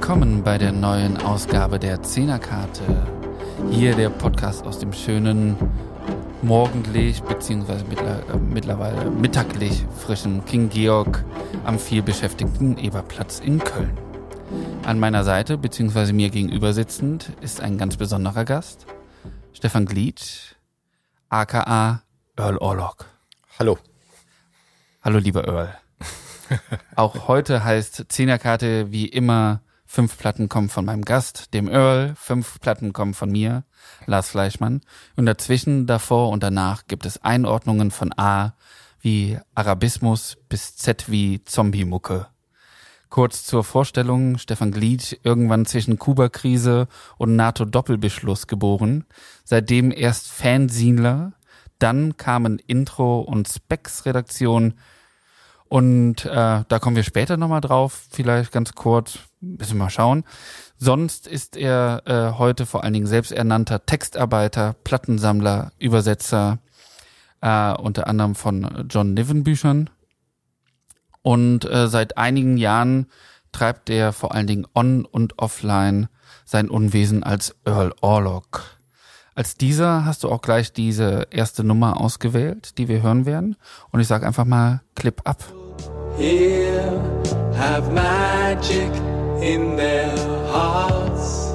willkommen bei der neuen Ausgabe der Zehnerkarte. Hier der Podcast aus dem schönen, morgendlich bzw. mittlerweile mittaglich frischen King Georg am vielbeschäftigten Eberplatz in Köln. An meiner Seite bzw. mir gegenüber sitzend ist ein ganz besonderer Gast, Stefan Glietsch, aka Earl Orlock. Hallo. Hallo lieber Earl. Auch heute heißt Zehnerkarte wie immer 5 Platten kommen von meinem Gast, dem Earl, 5 Platten kommen von mir, Lars Fleischmann. Und dazwischen, davor und danach gibt es Einordnungen von A wie Arabismus bis Z wie Zombie-Mucke. Kurz zur Vorstellung, Stefan Glietsch, irgendwann zwischen Kuba-Krise und NATO-Doppelbeschluss geboren, seitdem erst Fanziner, dann kamen Intro- und Specs-Redaktion und da kommen wir später nochmal drauf, vielleicht ganz kurz, müssen wir mal schauen. Sonst ist er heute vor allen Dingen selbsternannter Textarbeiter, Plattensammler, Übersetzer, unter anderem von John Niven Büchern. Und seit einigen Jahren treibt er vor allen Dingen on- und offline sein Unwesen als Earl Orlock. Als dieser hast du auch gleich diese erste Nummer ausgewählt, die wir hören werden. Und ich sage einfach mal, Clip ab. Here have magic in their hearts.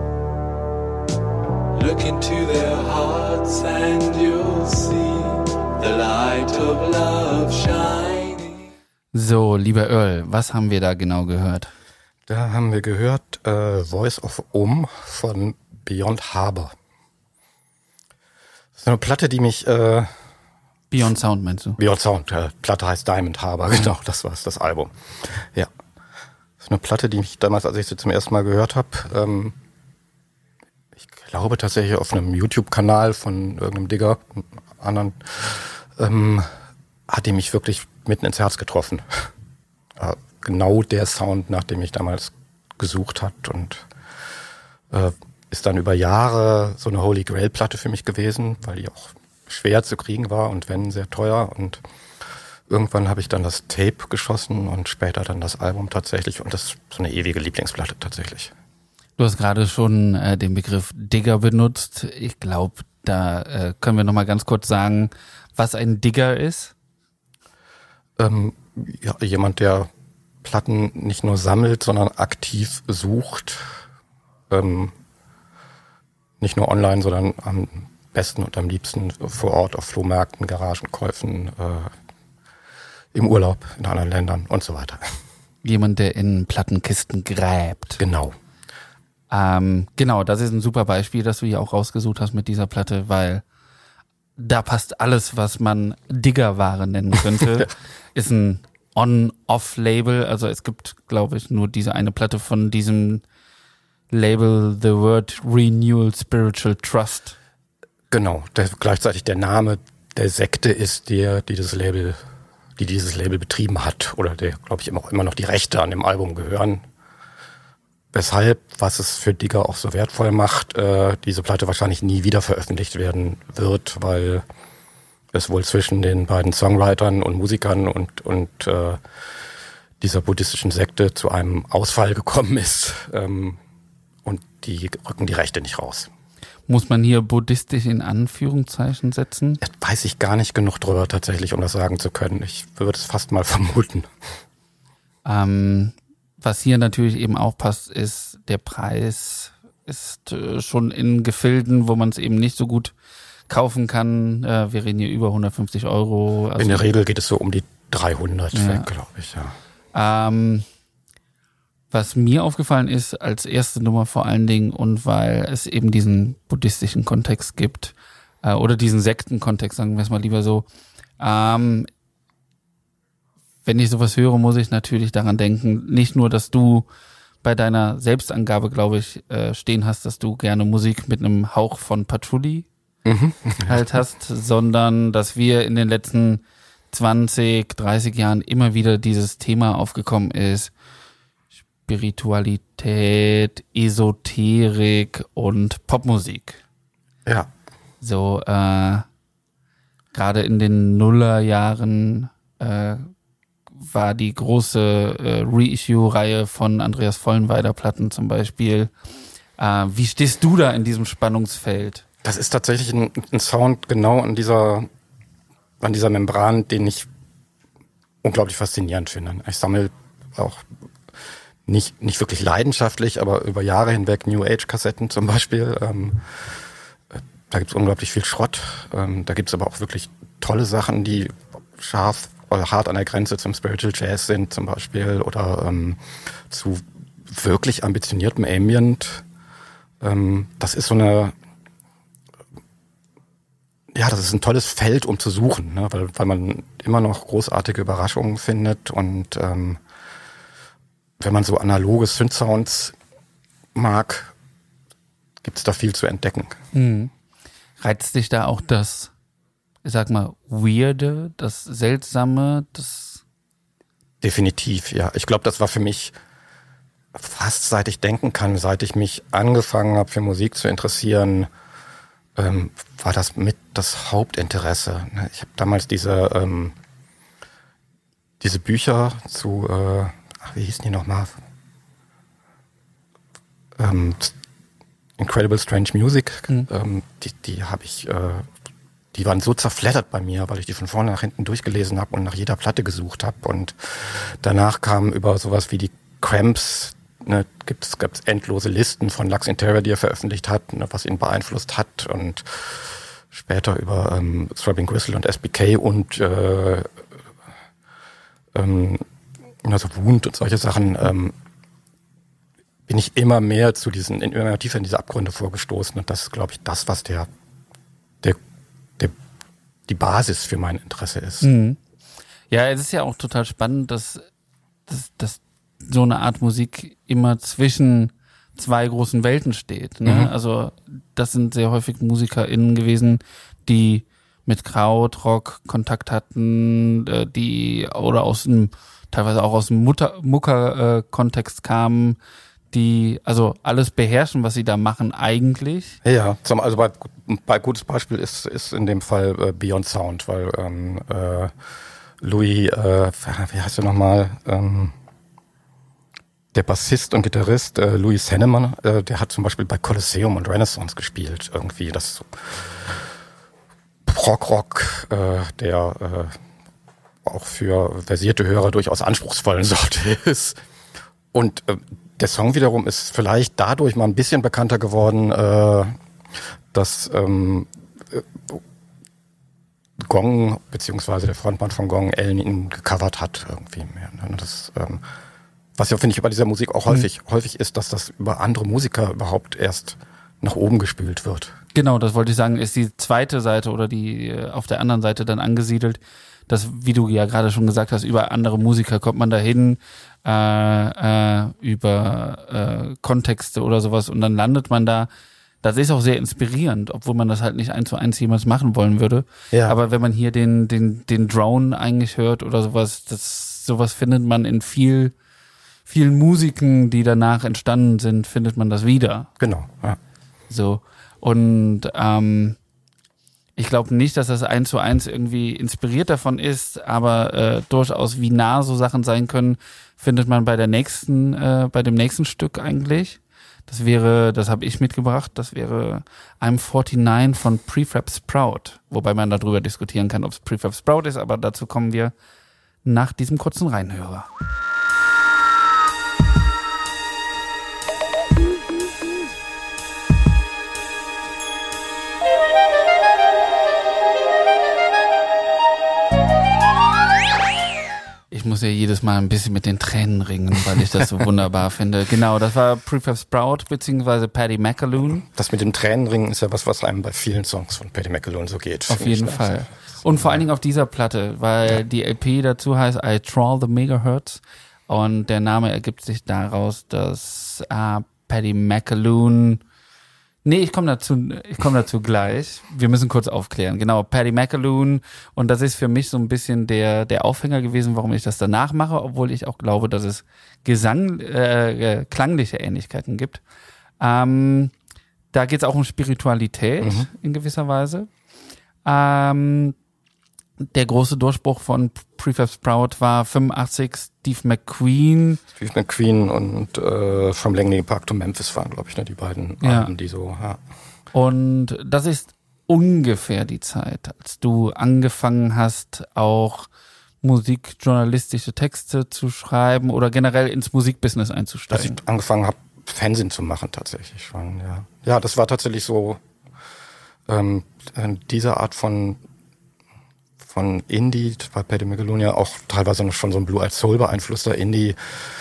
Look into their hearts and you'll see the light of love shining. So, lieber Earl, was haben wir da genau gehört? Da haben wir gehört Voice of von Beyond Harbor. Das ist eine Platte, die mich... Beyond Sound meinst du? Beyond Sound, Platte heißt Diamond Harbor, genau, das war's, das Album. Ja. Das ist eine Platte, die mich damals, als ich sie zum ersten Mal gehört habe, ich glaube tatsächlich auf einem YouTube-Kanal von irgendeinem Digger, anderen, hat die mich wirklich mitten ins Herz getroffen. Genau der Sound, nach dem ich damals gesucht hat und ist dann über Jahre so eine Holy Grail-Platte für mich gewesen, weil die auch schwer zu kriegen war und wenn sehr teuer, und irgendwann habe ich dann das Tape geschossen und später dann das Album tatsächlich, und das ist so eine ewige Lieblingsplatte tatsächlich. Du hast gerade schon den Begriff Digger benutzt. Ich glaube, da können wir nochmal ganz kurz sagen, was ein Digger ist. Ja, jemand, der Platten nicht nur sammelt, sondern aktiv sucht. Nicht nur online, sondern am besten und am liebsten vor Ort auf Flohmärkten, Garagenkäufen, im Urlaub in anderen Ländern und so weiter. Jemand, der in Plattenkisten gräbt. Genau. Genau, das ist ein super Beispiel, das du hier auch rausgesucht hast mit dieser Platte, weil da passt alles, was man Diggerware nennen könnte. Ist ein On-Off-Label, also es gibt, glaube ich, nur diese eine Platte von diesem Label The Word Renewal Spiritual Trust. Genau, gleichzeitig der Name der Sekte ist, die dieses Label betrieben hat, oder der, glaube ich, immer noch die Rechte an dem Album gehören. Weshalb, was es für Digger auch so wertvoll macht, diese Platte wahrscheinlich nie wieder veröffentlicht werden wird, weil es wohl zwischen den beiden Songwritern und Musikern und dieser buddhistischen Sekte zu einem Ausfall gekommen ist, und die rücken die Rechte nicht raus. Muss man hier buddhistisch in Anführungszeichen setzen? Das weiß ich gar nicht genug drüber tatsächlich, um das sagen zu können. Ich würde es fast mal vermuten. Was hier natürlich eben auch passt, ist, der Preis ist schon in Gefilden, wo man es eben nicht so gut kaufen kann. Wir reden hier über 150 €. Also in der Regel geht es so um die 300, ja, glaube ich, ja. Was mir aufgefallen ist, als erste Nummer vor allen Dingen, und weil es eben diesen buddhistischen Kontext gibt, oder diesen Sektenkontext, sagen wir es mal lieber so, wenn ich sowas höre, muss ich natürlich daran denken, nicht nur, dass du bei deiner Selbstangabe, glaube ich, stehen hast, dass du gerne Musik mit einem Hauch von Patchouli halt hast, sondern dass wir in den letzten 20, 30 Jahren immer wieder dieses Thema aufgekommen ist, Spiritualität, Esoterik und Popmusik. Ja. So, gerade in den Nullerjahren war die große Reissue-Reihe von Andreas Vollenweider Platten zum Beispiel. Wie stehst du da in diesem Spannungsfeld? Das ist tatsächlich ein Sound genau an dieser Membran, den ich unglaublich faszinierend finde. Ich sammle auch nicht wirklich leidenschaftlich, aber über Jahre hinweg New Age Kassetten zum Beispiel. Da gibt's unglaublich viel Schrott. Da gibt's aber auch wirklich tolle Sachen, die scharf oder hart an der Grenze zum Spiritual Jazz sind zum Beispiel oder zu wirklich ambitioniertem Ambient. Das ist das ist ein tolles Feld, um zu suchen, ne? weil man immer noch großartige Überraschungen findet und wenn man so analoge Synth-Sounds mag, gibt's da viel zu entdecken. Mhm. Reizt dich da auch das, ich sag mal, Weirde, das Seltsame, das... Definitiv, ja. Ich glaube, das war für mich fast seit ich denken kann, seit ich mich angefangen habe für Musik zu interessieren, war das mit das Hauptinteresse. Ich habe damals diese Bücher zu, wie hießen die nochmal? Incredible Strange Music, die habe ich, die waren so zerfleddert bei mir, weil ich die von vorne nach hinten durchgelesen habe und nach jeder Platte gesucht habe. Und danach kamen über sowas wie die Cramps, ne, gibt's endlose Listen von Lux Interior, die er veröffentlicht hat, ne, was ihn beeinflusst hat. Und später über Throbbing Gristle und SBK und also Wound und solche Sachen, bin ich immer mehr immer tiefer in diese Abgründe vorgestoßen. Und das ist, glaube ich, das, was die Basis für mein Interesse ist. Mhm. Ja, es ist ja auch total spannend, dass so eine Art Musik immer zwischen zwei großen Welten steht. Ne? Mhm. Also das sind sehr häufig MusikerInnen gewesen, die mit Krautrock Kontakt hatten, die oder teilweise auch aus dem Mucker-Kontext kamen, die also alles beherrschen, was sie da machen eigentlich. Ja, also bei gutes Beispiel ist in dem Fall Beyond Sound, weil Louis, wie heißt er nochmal, der Bassist und Gitarrist Louis Hennemann, der hat zum Beispiel bei Colosseum und Renaissance gespielt, irgendwie das so Prog-Rock, der auch für versierte Hörer durchaus anspruchsvollen Sorte ist. Und der Song wiederum ist vielleicht dadurch mal ein bisschen bekannter geworden, dass Gong, beziehungsweise der Frontmann von Gong, Ellen ihn gecovert hat irgendwie. Das, was ja, finde ich, bei dieser Musik auch häufig ist, dass das über andere Musiker überhaupt erst nach oben gespült wird. Genau, das wollte ich sagen, ist die zweite Seite oder die auf der anderen Seite dann angesiedelt, dass, wie du ja gerade schon gesagt hast, über andere Musiker kommt man dahin, über Kontexte oder sowas und dann landet man da. Das ist auch sehr inspirierend, obwohl man das halt nicht 1:1 jemals machen wollen würde. Ja. Aber wenn man hier den Drone eigentlich hört oder sowas, sowas findet man in vielen Musiken, die danach entstanden sind, findet man das wieder. Genau, ja. So. Und ich glaube nicht, dass das 1:1 irgendwie inspiriert davon ist, aber durchaus wie nah so Sachen sein können, findet man bei dem nächsten Stück eigentlich. Das habe ich mitgebracht, das wäre I'm 49 von Prefab Sprout, wobei man darüber diskutieren kann, ob es Prefab Sprout ist, aber dazu kommen wir nach diesem kurzen Reinhörer. Ich muss ja jedes Mal ein bisschen mit den Tränen ringen, weil ich das so wunderbar finde. Genau, das war Prefab Sprout beziehungsweise Paddy McAloon. Das mit dem Tränenringen ist ja was einem bei vielen Songs von Paddy McAloon so geht. Auf jeden Fall. Und vor allen Dingen auf dieser Platte, weil die LP dazu heißt I Trawl the Megahertz und der Name ergibt sich daraus, dass Paddy McAloon... Nee, ich komme dazu gleich. Wir müssen kurz aufklären. Genau, Paddy McAloon. Und das ist für mich so ein bisschen der Aufhänger gewesen, warum ich das danach mache, obwohl ich auch glaube, dass es klangliche Ähnlichkeiten gibt. Da geht es auch um Spiritualität in gewisser Weise. der große Durchbruch von Prefab Sprout war 85 Steve McQueen. Steve McQueen und From Langley Park to Memphis waren, glaube ich, ne, die beiden Alben, die so, ja. Und das ist ungefähr die Zeit, als du angefangen hast, auch musikjournalistische Texte zu schreiben oder generell ins Musikbusiness einzusteigen. Als ich angefangen habe, Fernsehen zu machen tatsächlich schon, ja. Ja, das war tatsächlich so diese Art von Indie, war Paddy McAloon ja auch teilweise noch schon so ein Blue-Eyed Soul beeinflusster Indie,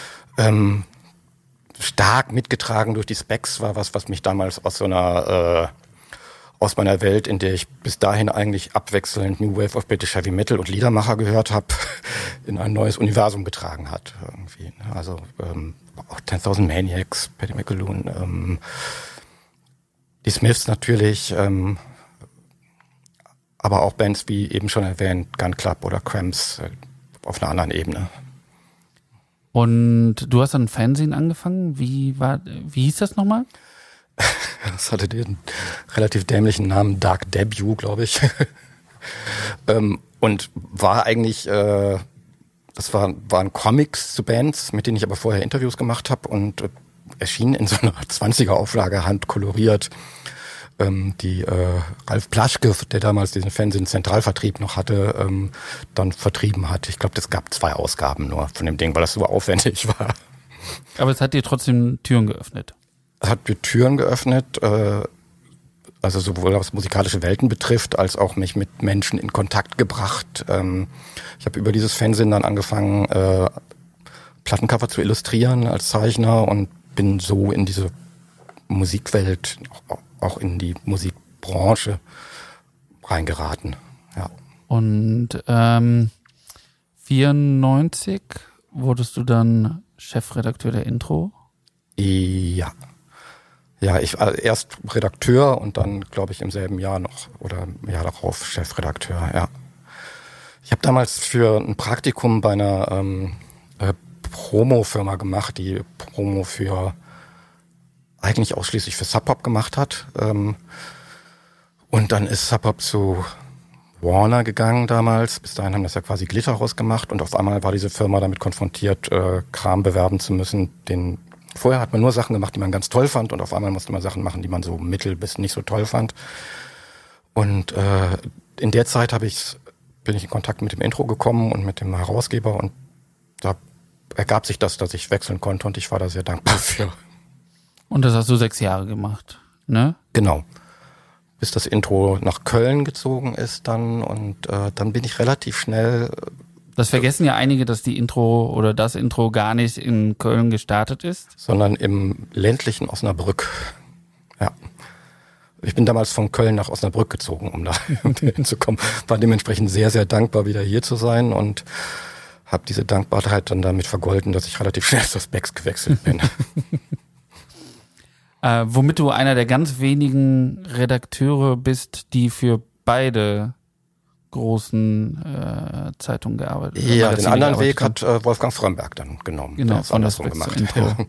stark mitgetragen durch die Specs, war was mich damals aus so einer aus meiner Welt, in der ich bis dahin eigentlich abwechselnd New Wave of British Heavy Metal und Liedermacher gehört habe, in ein neues Universum getragen hat irgendwie. Also auch 10.000 Maniacs, Paddy McAloon, die Smiths natürlich, aber auch Bands wie eben schon erwähnt, Gun Club oder Cramps auf einer anderen Ebene. Und du hast dann Fernsehen angefangen. Wie hieß das nochmal? Das hatte den relativ dämlichen Namen Dark Debut, glaube ich. Und war eigentlich, das waren Comics zu Bands, mit denen ich aber vorher Interviews gemacht habe und erschien in so einer 20er-Auflage handkoloriert, die Ralf Plaschke, der damals diesen Fernsehen-Zentralvertrieb noch hatte, dann vertrieben hat. Ich glaube, es gab 2 Ausgaben nur von dem Ding, weil das so aufwendig war. Aber es hat dir trotzdem Türen geöffnet. Es hat mir Türen geöffnet, also sowohl was musikalische Welten betrifft, als auch mich mit Menschen in Kontakt gebracht. Ich habe über dieses Fernsehen dann angefangen, Plattencover zu illustrieren als Zeichner und bin so in diese Musikwelt, auch in die Musikbranche reingeraten. Ja. Und 94 wurdest du dann Chefredakteur der Intro? Ja. Ja, ich war erst Redakteur und dann, glaube ich, im selben Jahr noch oder im Jahr darauf Chefredakteur, ja. Ich habe damals für ein Praktikum bei einer Promo-Firma gemacht, die Promo eigentlich ausschließlich für Sub Pop gemacht hat. Und dann ist Sub Pop zu Warner gegangen damals. Bis dahin haben das ja quasi Glitterhouse gemacht und auf einmal war diese Firma damit konfrontiert, Kram bewerben zu müssen, vorher hat man nur Sachen gemacht, die man ganz toll fand und auf einmal musste man Sachen machen, die man so mittel bis nicht so toll fand. Und in der Zeit bin ich in Kontakt mit dem Intro gekommen und mit dem Herausgeber und da ergab sich das, dass ich wechseln konnte und ich war da sehr dankbar für. Und das hast du 6 Jahre gemacht, ne? Genau. Bis das Intro nach Köln gezogen ist dann und dann bin ich relativ schnell... Das vergessen ja einige, dass die Intro oder das Intro gar nicht in Köln gestartet ist. Sondern im ländlichen Osnabrück. Ja. Ich bin damals von Köln nach Osnabrück gezogen, um da hinzukommen. War dementsprechend sehr, sehr dankbar, wieder hier zu sein und habe diese Dankbarkeit dann damit vergolden, dass ich relativ schnell zur Specs gewechselt bin. Womit du einer der ganz wenigen Redakteure bist, die für beide großen Zeitungen gearbeitet. Ja, den anderen Weg hat Wolfgang Frömberg dann genommen. Genau, von der Specs gemacht. Intro.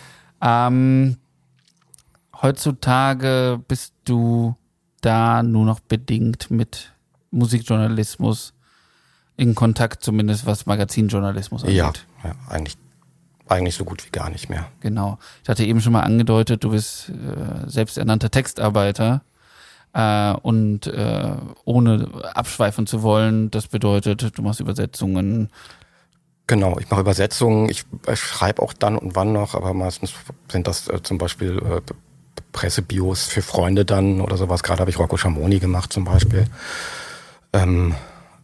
Heutzutage bist du da nur noch bedingt mit Musikjournalismus in Kontakt, zumindest was Magazinjournalismus angeht. Ja, eigentlich so gut wie gar nicht mehr. Genau. Ich hatte eben schon mal angedeutet, du bist selbsternannter Textarbeiter. Und ohne abschweifen zu wollen, das bedeutet, du machst Übersetzungen. Genau, ich mache Übersetzungen, ich schreibe auch dann und wann noch, aber meistens sind das zum Beispiel Pressebios für Freunde dann oder sowas. Gerade habe ich Rocco Schamoni gemacht zum Beispiel. Und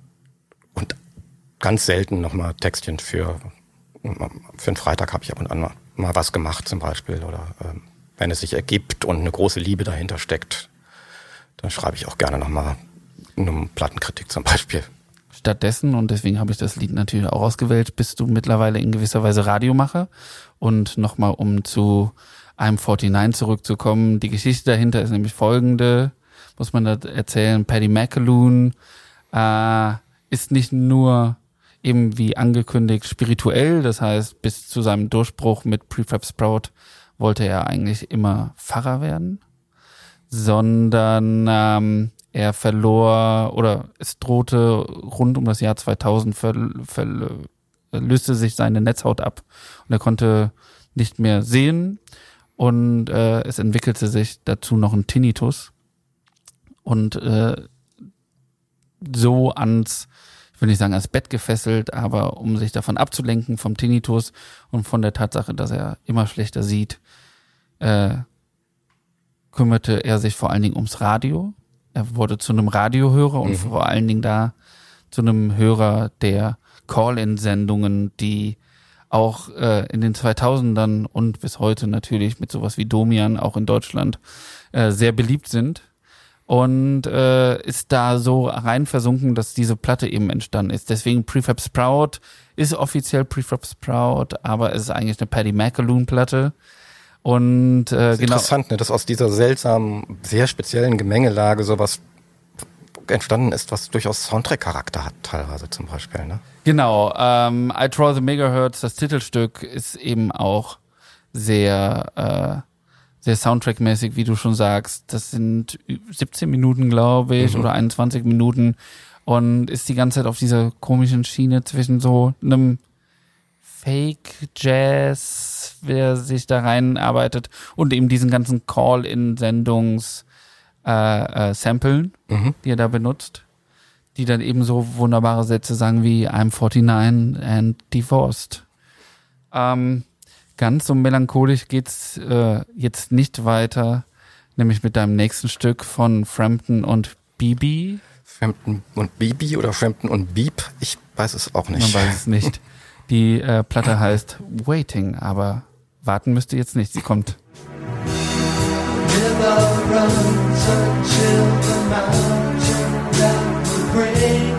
ganz selten nochmal Textchen für einen Freitag habe ich ab und an mal was gemacht zum Beispiel. Oder wenn es sich ergibt und eine große Liebe dahinter steckt, dann schreibe ich auch gerne nochmal eine Plattenkritik zum Beispiel. Stattdessen, und deswegen habe ich das Lied natürlich auch ausgewählt, bist du mittlerweile in gewisser Weise Radiomacher. Und nochmal, um zu I'm 49 zurückzukommen, die Geschichte dahinter ist nämlich folgende, muss man da erzählen. Paddy McAloon ist nicht nur eben wie angekündigt spirituell, das heißt, bis zu seinem Durchbruch mit Prefab Sprout wollte er eigentlich immer Pfarrer werden, sondern er verlor oder es drohte rund um das Jahr 2000 löste sich seine Netzhaut ab und er konnte nicht mehr sehen und es entwickelte sich dazu noch ein Tinnitus und so ich will nicht sagen ans Bett gefesselt, aber um sich davon abzulenken vom Tinnitus und von der Tatsache, dass er immer schlechter sieht, kümmerte er sich vor allen Dingen ums Radio. Er wurde zu einem Radiohörer und vor allen Dingen da zu einem Hörer der Call-in-Sendungen, die auch in den 2000ern und bis heute natürlich mit sowas wie Domian auch in Deutschland sehr beliebt sind. Und ist da so rein versunken, dass diese Platte eben entstanden ist. Deswegen Prefab Sprout ist offiziell Prefab Sprout, aber es ist eigentlich eine Paddy McAloon-Platte. Und das ist interessant, ne, dass aus dieser seltsamen, sehr speziellen Gemengelage sowas entstanden ist, was durchaus Soundtrack-Charakter hat, teilweise zum Beispiel. Ne? Genau, I Draw the Megahertz, das Titelstück, ist eben auch sehr Soundtrack-mäßig, wie du schon sagst. Das sind 17 Minuten, glaube ich, oder 21 Minuten und ist die ganze Zeit auf dieser komischen Schiene zwischen so einem Fake-Jazz, wer sich da reinarbeitet und eben diesen ganzen Call-in-Sendungs Samplen, die er da benutzt, die dann eben so wunderbare Sätze sagen wie I'm 49 and divorced. Ganz so melancholisch geht's jetzt nicht weiter, nämlich mit deinem nächsten Stück von Frampton und Bibi. Frampton und Bibi oder Frampton und Beep? Ich weiß es auch nicht. Man weiß es nicht. Die Platte heißt Waiting, aber warten müsst ihr jetzt nicht, sie kommt. River runs until the mountain that will bring.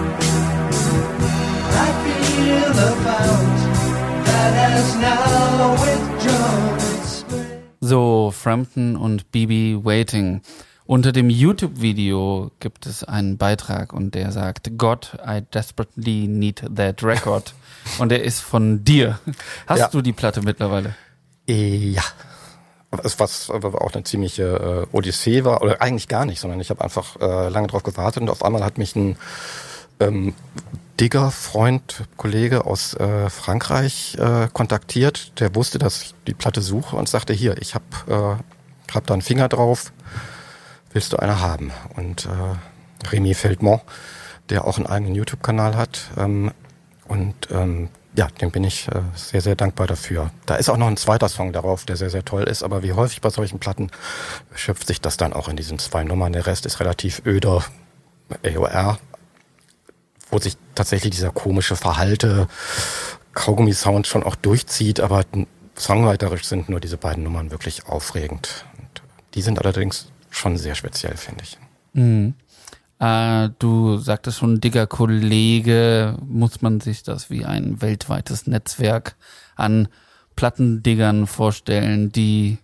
I feel a fount that has now withdrawn its spring. So, Frampton und Bibi Waiting. Unter dem YouTube-Video gibt es einen Beitrag und der sagt, God, I desperately need that record. Und der ist von dir. Hast du die Platte mittlerweile? Ja. Was aber auch eine ziemliche Odyssee war, oder eigentlich gar nicht, sondern ich habe einfach lange drauf gewartet und auf einmal hat mich ein Digger-Freund, Kollege aus Frankreich kontaktiert, der wusste, dass ich die Platte suche und sagte, hier, ich hab da einen Finger drauf, willst du eine haben? Und Rémi Feldmont, der auch einen eigenen YouTube-Kanal hat, ja, dem bin ich sehr, sehr dankbar dafür. Da ist auch noch ein zweiter Song darauf, der sehr, sehr toll ist, aber wie häufig bei solchen Platten schöpft sich das dann auch in diesen 2 Nummern. Der Rest ist relativ öder AOR, wo sich tatsächlich dieser komische Verhalte Kaugummi-Sound schon auch durchzieht, aber songwriterisch sind nur diese beiden Nummern wirklich aufregend. Und die sind allerdings schon sehr speziell, finde ich. Mhm. Du sagtest schon, Digger-Kollege, muss man sich das wie ein weltweites Netzwerk an Plattendiggern vorstellen, die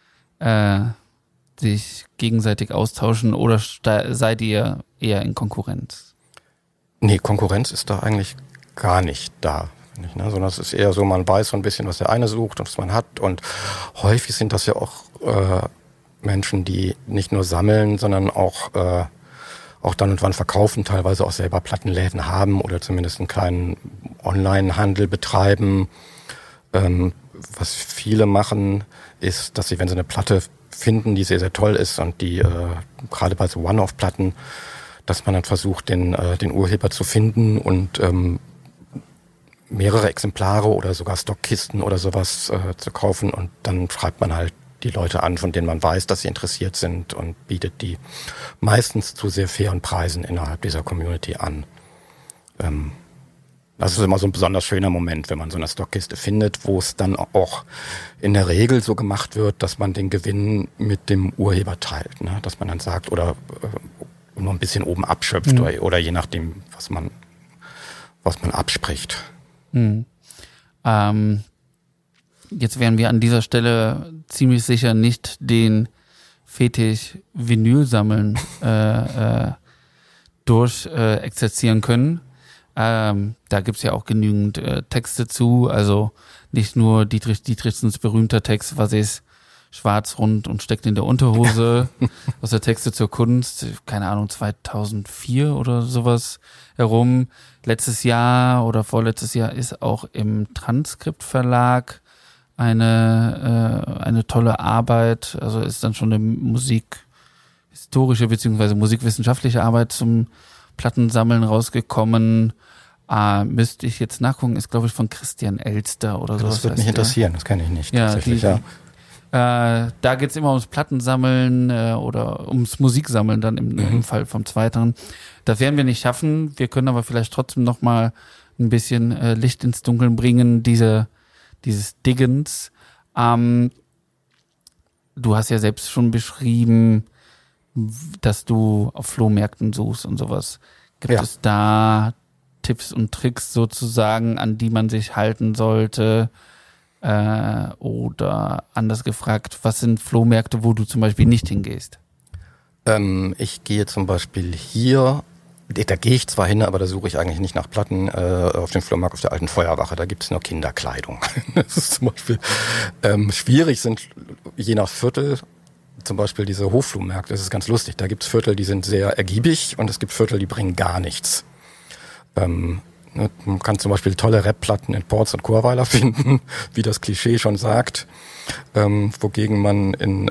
sich gegenseitig austauschen, oder seid ihr eher in Konkurrenz? Nee, Konkurrenz ist da eigentlich gar nicht da. Nicht, ne? Sondern es ist eher so, man weiß so ein bisschen, was der eine sucht und was man hat, und häufig sind das ja auch Menschen, die nicht nur sammeln, sondern auch dann und wann verkaufen, teilweise auch selber Plattenläden haben oder zumindest einen kleinen Online-Handel betreiben. Was viele machen, ist, dass sie, wenn sie eine Platte finden, die sehr, sehr toll ist und die gerade bei so One-Off-Platten, dass man dann versucht, den Urheber zu finden und mehrere Exemplare oder sogar Stockkisten oder sowas zu kaufen, und dann schreibt man halt die Leute an, von denen man weiß, dass sie interessiert sind, und bietet die meistens zu sehr fairen Preisen innerhalb dieser Community an. Das ist immer so ein besonders schöner Moment, wenn man so eine Stockkiste findet, wo es dann auch in der Regel so gemacht wird, dass man den Gewinn mit dem Urheber teilt, ne? Dass man dann sagt, oder nur ein bisschen oben abschöpft, oder je nachdem, was man abspricht. Jetzt werden wir an dieser Stelle ziemlich sicher nicht den Fetisch Vinyl sammeln exerzieren können. Da gibt's ja auch genügend Texte zu, also nicht nur Dietrich Dietrichsens berühmter Text, was ist schwarz, rund und steckt in der Unterhose. Aus der Texte zur Kunst, keine Ahnung, 2004 oder sowas herum. Letztes Jahr oder vorletztes Jahr ist auch im Transkript-Verlag eine tolle Arbeit, also ist dann schon eine musikhistorische bzw. musikwissenschaftliche Arbeit zum Plattensammeln rausgekommen. Müsste ich jetzt nachgucken, ist glaube ich von Christian Elster oder so. Das würde mich interessieren, das kenne ich nicht. Ja, tatsächlich, da geht's immer ums Plattensammeln oder ums Musiksammeln dann im Fall vom Zweiteren. Das werden wir nicht schaffen, wir können aber vielleicht trotzdem noch mal ein bisschen Licht ins Dunkeln bringen, dieses Diggens. Du hast ja selbst schon beschrieben, dass du auf Flohmärkten suchst und sowas. Gibt es da Tipps und Tricks sozusagen, an die man sich halten sollte? Oder anders gefragt, was sind Flohmärkte, wo du zum Beispiel nicht hingehst? Ich gehe zum Beispiel hier, da gehe ich zwar hin, aber da suche ich eigentlich nicht nach Platten, auf dem Flohmarkt auf der Alten Feuerwache, da gibt's nur Kinderkleidung. Das ist zum Beispiel schwierig, sind je nach Viertel, zum Beispiel diese Hofflohmärkte, das ist ganz lustig, da gibt's Viertel, die sind sehr ergiebig und es gibt Viertel, die bringen gar nichts. Man kann zum Beispiel tolle Rap-Platten in Porz und Chorweiler finden, wie das Klischee schon sagt, wogegen man in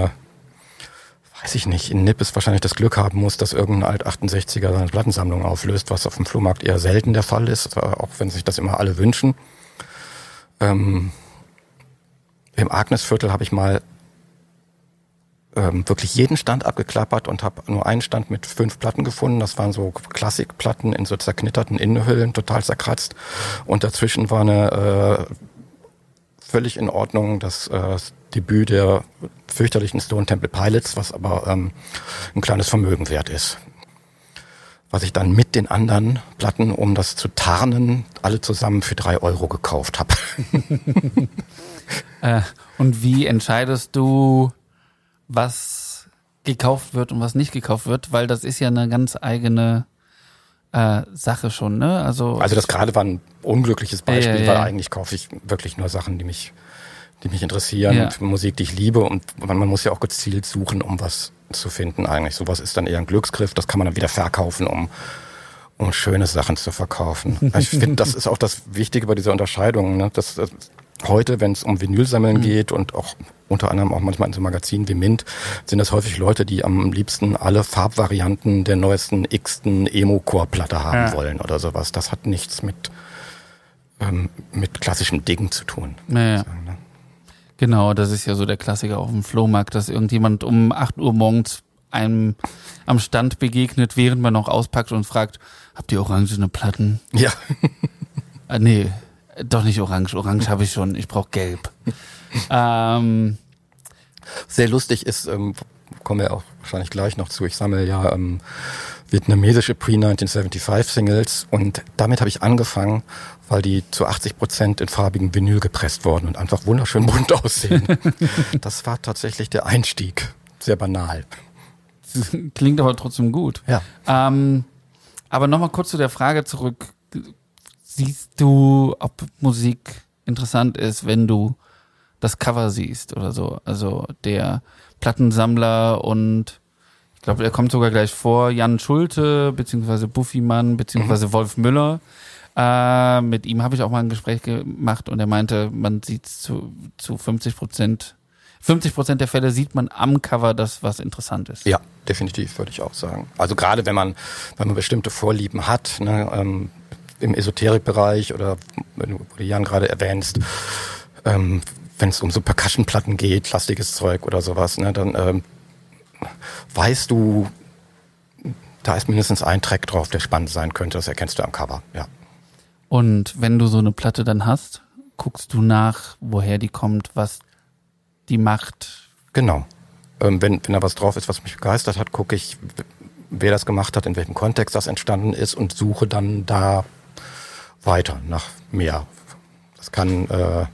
Nippes wahrscheinlich das Glück haben muss, dass irgendein Alt-68er seine Plattensammlung auflöst, was auf dem Flohmarkt eher selten der Fall ist, auch wenn sich das immer alle wünschen. Im Agnesviertel habe ich mal wirklich jeden Stand abgeklappert und habe nur einen Stand mit 5 Platten gefunden. Das waren so Klassikplatten in so zerknitterten Innenhüllen, total zerkratzt. Und dazwischen war eine völlig in Ordnung das Debüt der fürchterlichen Stone Temple Pilots, was aber ein kleines Vermögen wert ist. Was ich dann mit den anderen Platten, um das zu tarnen, alle zusammen für 3 Euro gekauft habe. Und wie entscheidest du, was gekauft wird und was nicht gekauft wird? Weil das ist ja eine ganz eigene Sache schon, ne? Also das gerade war ein unglückliches Beispiel, weil eigentlich kaufe ich wirklich nur Sachen, die mich interessieren, und Musik, die ich liebe, und man muss ja auch gezielt suchen, um was zu finden eigentlich. Sowas ist dann eher ein Glücksgriff, das kann man dann wieder verkaufen, um schöne Sachen zu verkaufen. Ich finde, das ist auch das Wichtige bei dieser Unterscheidung, ne? Dass heute, wenn es um Vinylsammeln geht und auch unter anderem auch manchmal in so Magazinen wie Mint, sind das häufig Leute, die am liebsten alle Farbvarianten der neuesten x-ten Emo-Core-Platte haben wollen oder sowas. Das hat nichts mit klassischem Diggen zu tun. Ja. Genau, das ist ja so der Klassiker auf dem Flohmarkt, dass irgendjemand um 8 Uhr morgens einem am Stand begegnet, während man noch auspackt und fragt, habt ihr orangene Platten? Ja. Nee, doch nicht orange. Orange habe ich schon, ich brauche gelb. Sehr lustig ist, kommen wir auch wahrscheinlich gleich noch zu, ich sammle ja vietnamesische Pre-1975-Singles, und damit habe ich angefangen, weil die zu 80% in farbigen Vinyl gepresst wurden und einfach wunderschön bunt aussehen. Das war tatsächlich der Einstieg. Sehr banal. Klingt aber trotzdem gut. Ja. Aber nochmal kurz zu der Frage zurück. Siehst du, ob Musik interessant ist, wenn du das Cover siehst oder so? Also der Plattensammler, und ich glaube, er kommt sogar gleich vor, Jan Schulte, beziehungsweise Buffymann, beziehungsweise Wolf Müller. Mit ihm habe ich auch mal ein Gespräch gemacht, und er meinte, man sieht zu 50% der Fälle sieht man am Cover das, was interessant ist. Ja, definitiv, würde ich auch sagen. Also gerade wenn man bestimmte Vorlieben hat, ne, im Esoterikbereich, oder wenn du Jan gerade erwähnst, wenn es um so Percussion-Platten geht, lastiges Zeug oder sowas, ne, dann weißt du, da ist mindestens ein Track drauf, der spannend sein könnte, das erkennst du am Cover, ja. Und wenn du so eine Platte dann hast, guckst du nach, woher die kommt, was die macht? Genau. Wenn da was drauf ist, was mich begeistert hat, gucke ich, wer das gemacht hat, in welchem Kontext das entstanden ist, und suche dann da weiter nach mehr. Das kann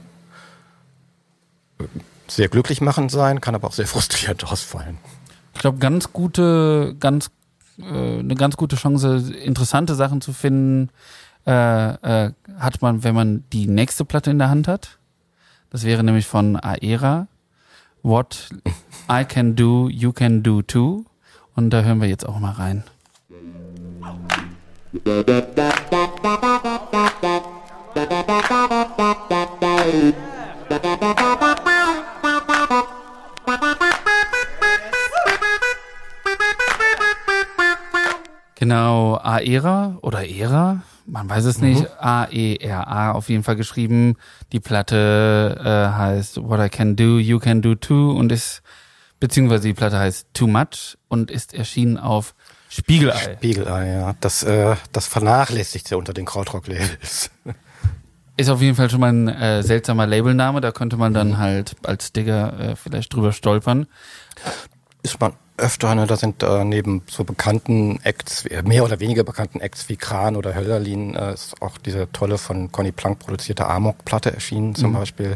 sehr glücklich machend sein, kann aber auch sehr frustrierend ausfallen. Ich glaube, eine ganz gute Chance, interessante Sachen zu finden, hat man, wenn man die nächste Platte in der Hand hat. Das wäre nämlich von Aera. What I Can Do, You Can Do Too. Und da hören wir jetzt auch mal rein. Genau, Aera oder Era, man weiß es nicht, A-E-R-A auf jeden Fall geschrieben. Die Platte heißt What I Can Do, You Can Do Too und beziehungsweise die Platte heißt Too Much und ist erschienen auf Spiegelei. Spiegelei, ja. Das vernachlässigt ja unter den Krautrock-Labels. Ist auf jeden Fall schon mal ein seltsamer Labelname, da könnte man dann halt als Digger vielleicht drüber stolpern. Ist man öfter, ne, da sind neben so bekannten Acts, mehr oder weniger bekannten Acts wie Kran oder Hölderlin, ist auch diese tolle von Conny Plank produzierte Amok-Platte erschienen zum Beispiel.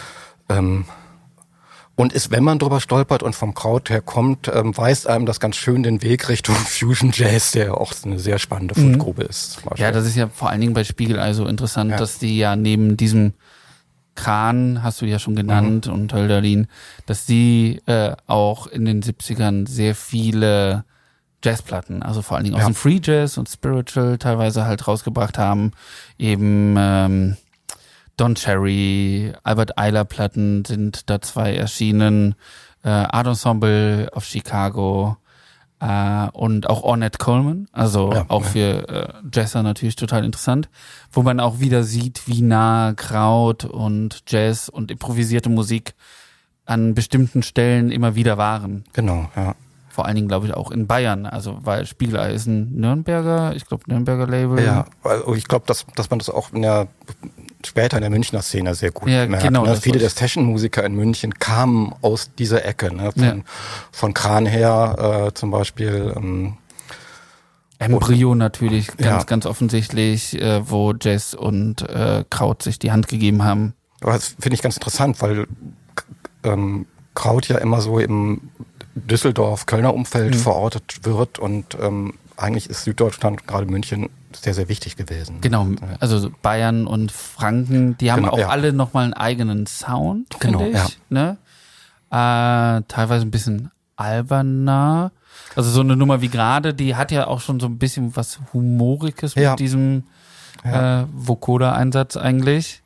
Und ist, wenn man drüber stolpert und vom Kraut her kommt, weist einem das ganz schön den Weg Richtung Fusion Jazz, der auch eine sehr spannende Fundgrube ist. Zum Beispiel. Ja, das ist ja vor allen Dingen bei Spiegelei so interessant, dass die ja neben diesem Kran, hast du ja schon genannt, und Hölderlin, dass die auch in den 70ern sehr viele Jazzplatten, also vor allen Dingen aus dem Free Jazz und Spiritual teilweise halt rausgebracht haben. Eben Don Cherry, Albert Ayler Platten sind da 2 erschienen, Art Ensemble of Chicago und auch Ornette Coleman, also auch für Jazzer natürlich total interessant, wo man auch wieder sieht, wie nah Kraut und Jazz und improvisierte Musik an bestimmten Stellen immer wieder waren. Genau, ja. Vor allen Dingen, glaube ich, auch in Bayern, also weil Spiegelei ist ein Nürnberger Label. Ja, also ich glaube, dass man das auch später in der Münchner Szene sehr gut merkt. Genau, ne? Viele der Session-Musiker in München kamen aus dieser Ecke, ne? Von Kran her zum Beispiel. Embryo natürlich, ganz offensichtlich, wo Jazz und Kraut sich die Hand gegeben haben. Aber das finde ich ganz interessant, weil Kraut ja immer so im Düsseldorf-Kölner Umfeld verortet wird und eigentlich ist Süddeutschland, gerade München, sehr, sehr wichtig gewesen. Genau, also Bayern und Franken, die haben auch alle nochmal einen eigenen Sound, finde ich. Ne? Teilweise ein bisschen alberner. Also so eine Nummer wie gerade, die hat ja auch schon so ein bisschen was Humoriges mit diesem Vocoder-Einsatz eigentlich.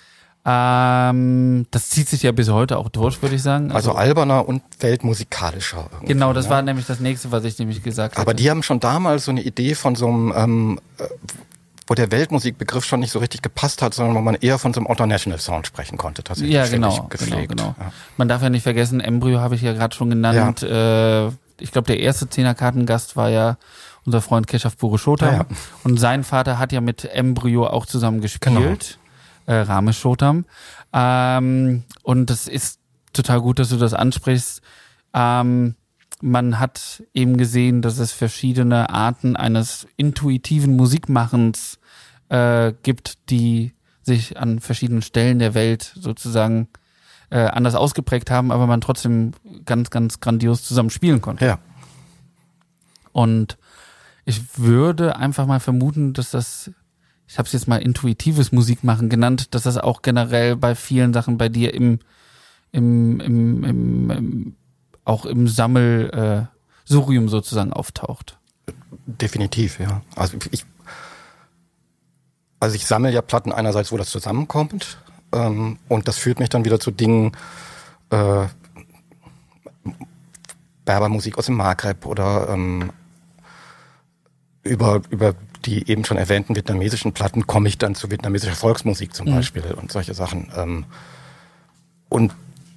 Das zieht sich ja bis heute auch durch, würde ich sagen. Also alberner und weltmusikalischer. Genau, das war nämlich das nächste, was ich nämlich gesagt habe. Aber die haben schon damals so eine Idee von so einem, wo der Weltmusikbegriff schon nicht so richtig gepasst hat, sondern wo man eher von so einem International Sound sprechen konnte. Tatsächlich. Ja, genau. Ja. Man darf ja nicht vergessen, Embryo habe ich ja gerade schon genannt. Ja. Ich glaube, der erste 10er-Kartengast war ja unser Freund Keshav Purushottam. Ja. Und sein Vater hat ja mit Embryo auch zusammen gespielt. Genau. Ramesh Chotam. Und das ist total gut, dass du das ansprichst. Man hat eben gesehen, dass es verschiedene Arten eines intuitiven Musikmachens gibt, die sich an verschiedenen Stellen der Welt sozusagen anders ausgeprägt haben, aber man trotzdem ganz, ganz grandios zusammen spielen konnte. Ja. Und ich würde einfach mal vermuten, dass das, ich habe es jetzt mal intuitives Musikmachen genannt, dass das auch generell bei vielen Sachen bei dir auch im Sammelsurium sozusagen auftaucht. Definitiv, ja. Also ich sammle ja Platten einerseits, wo das zusammenkommt, und das führt mich dann wieder zu Dingen, Berbermusik aus dem Maghreb oder über die eben schon erwähnten vietnamesischen Platten komme ich dann zu vietnamesischer Volksmusik zum Beispiel und solche Sachen. Und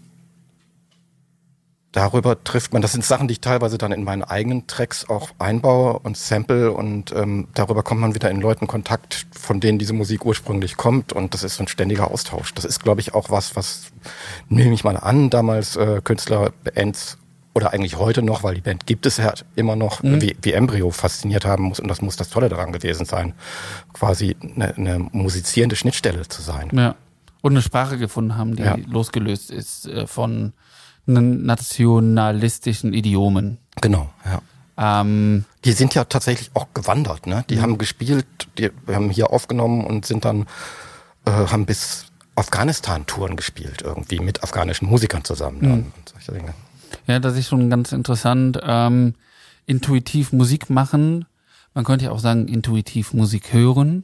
darüber trifft man, das sind Sachen, die ich teilweise dann in meinen eigenen Tracks auch einbaue und sample und darüber kommt man wieder in Leuten Kontakt, von denen diese Musik ursprünglich kommt und das ist so ein ständiger Austausch. Das ist, glaube ich, auch was nehme ich mal an, damals Künstler, Bands oder eigentlich heute noch, weil die Band gibt es ja immer noch, wie Embryo fasziniert haben muss und das muss das Tolle daran gewesen sein, quasi eine musizierende Schnittstelle zu sein. Ja, und eine Sprache gefunden haben, die losgelöst ist von nationalistischen Idiomen. Genau, ja. Die sind ja tatsächlich auch gewandert, ne? Die haben gespielt, die haben hier aufgenommen und sind dann, haben bis Afghanistan-Touren gespielt, irgendwie mit afghanischen Musikern zusammen. Dann, und solche Dinge. Ja, das ist schon ganz interessant. Intuitiv Musik machen, man könnte ja auch sagen, intuitiv Musik hören.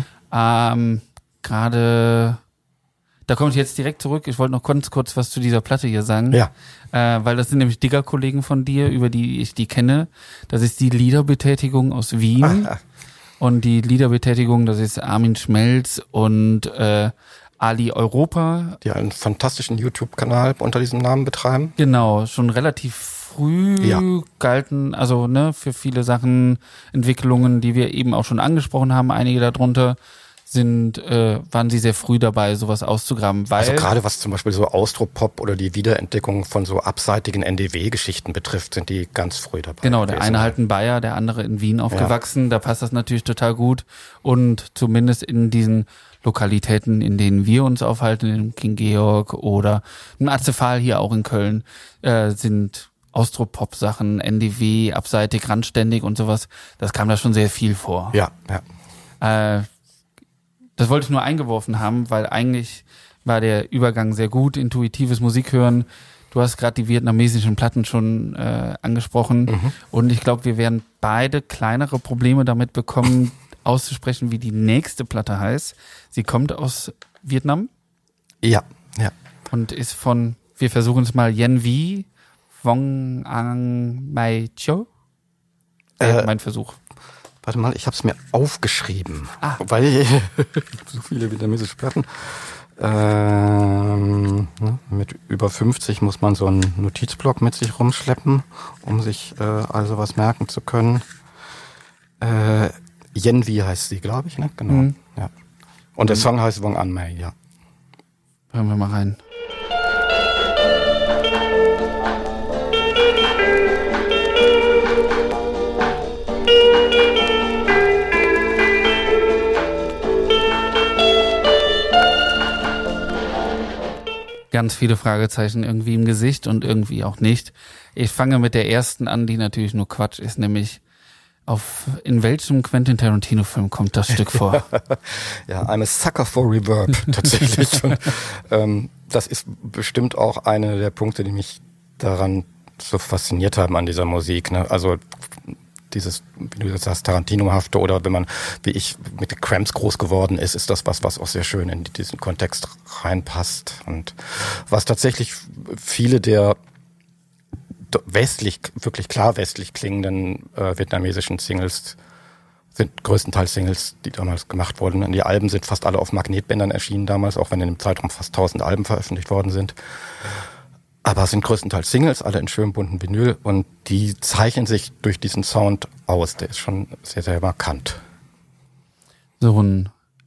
Gerade, da komme ich jetzt direkt zurück. Ich wollte noch ganz kurz was zu dieser Platte hier sagen. Ja. Weil das sind nämlich Digger-Kollegen von dir, über die ich die kenne. Das ist die Liederbetätigung aus Wien. Und die Liederbetätigung, das ist Armin Schmelz und Ali Europa. Die einen fantastischen YouTube-Kanal unter diesem Namen betreiben. Genau, schon relativ früh galten, also ne, für viele Sachen, Entwicklungen, die wir eben auch schon angesprochen haben, einige darunter waren sie sehr früh dabei, sowas auszugraben. Weil, Also gerade was zum Beispiel so Austropop oder die Wiederentdeckung von so abseitigen NDW-Geschichten betrifft, sind die ganz früh dabei. Genau, der gewesen. eine halt in Bayer, der andere in Wien aufgewachsen, da passt das natürlich total gut. Und zumindest in diesen Lokalitäten, in denen wir uns aufhalten, in King Georg oder im Azefal hier auch in Köln, sind Austropop-Sachen, NDW, abseitig, randständig und sowas. Das kam da schon sehr viel vor. Ja. Das wollte ich nur eingeworfen haben, weil eigentlich war der Übergang sehr gut, intuitives Musik hören. Du hast gerade die vietnamesischen Platten schon angesprochen und ich glaube, wir werden beide kleinere Probleme damit bekommen, auszusprechen, wie die nächste Platte heißt. Sie kommt aus Vietnam. Ja. Und ist von, wir versuchen es mal, Yen Vi Vong Ang Mai Cho. Mein Versuch. Warte mal, ich habe es mir aufgeschrieben, weil so viele vietnamesische Platten. Mit über 50 muss man so einen Notizblock mit sich rumschleppen, um sich also was merken zu können. Yen Vi heißt sie, glaube ich, ne? Genau. Ja. Und der Song heißt Vong An Mai, ja. Hören wir mal rein. Ganz viele Fragezeichen irgendwie im Gesicht und irgendwie auch nicht. Ich fange mit der ersten an, die natürlich nur Quatsch ist, nämlich in welchem Quentin Tarantino-Film kommt das Stück vor? Ja, I'm a sucker for reverb, tatsächlich. Und, das ist bestimmt auch einer der Punkte, die mich daran so fasziniert haben an dieser Musik. Ne? Also dieses, wie du jetzt sagst, Tarantino-hafte oder wenn man, wie ich, mit den Cramps groß geworden ist, ist das was auch sehr schön in diesen Kontext reinpasst. Und was tatsächlich viele der wirklich klar westlich klingenden vietnamesischen Singles sind größtenteils Singles, die damals gemacht wurden. Und die Alben sind fast alle auf Magnetbändern erschienen damals, auch wenn in dem Zeitraum fast 1000 Alben veröffentlicht worden sind. Aber es sind größtenteils Singles, alle in schön bunten Vinyl und die zeichnen sich durch diesen Sound aus. Der ist schon sehr, sehr markant. So ein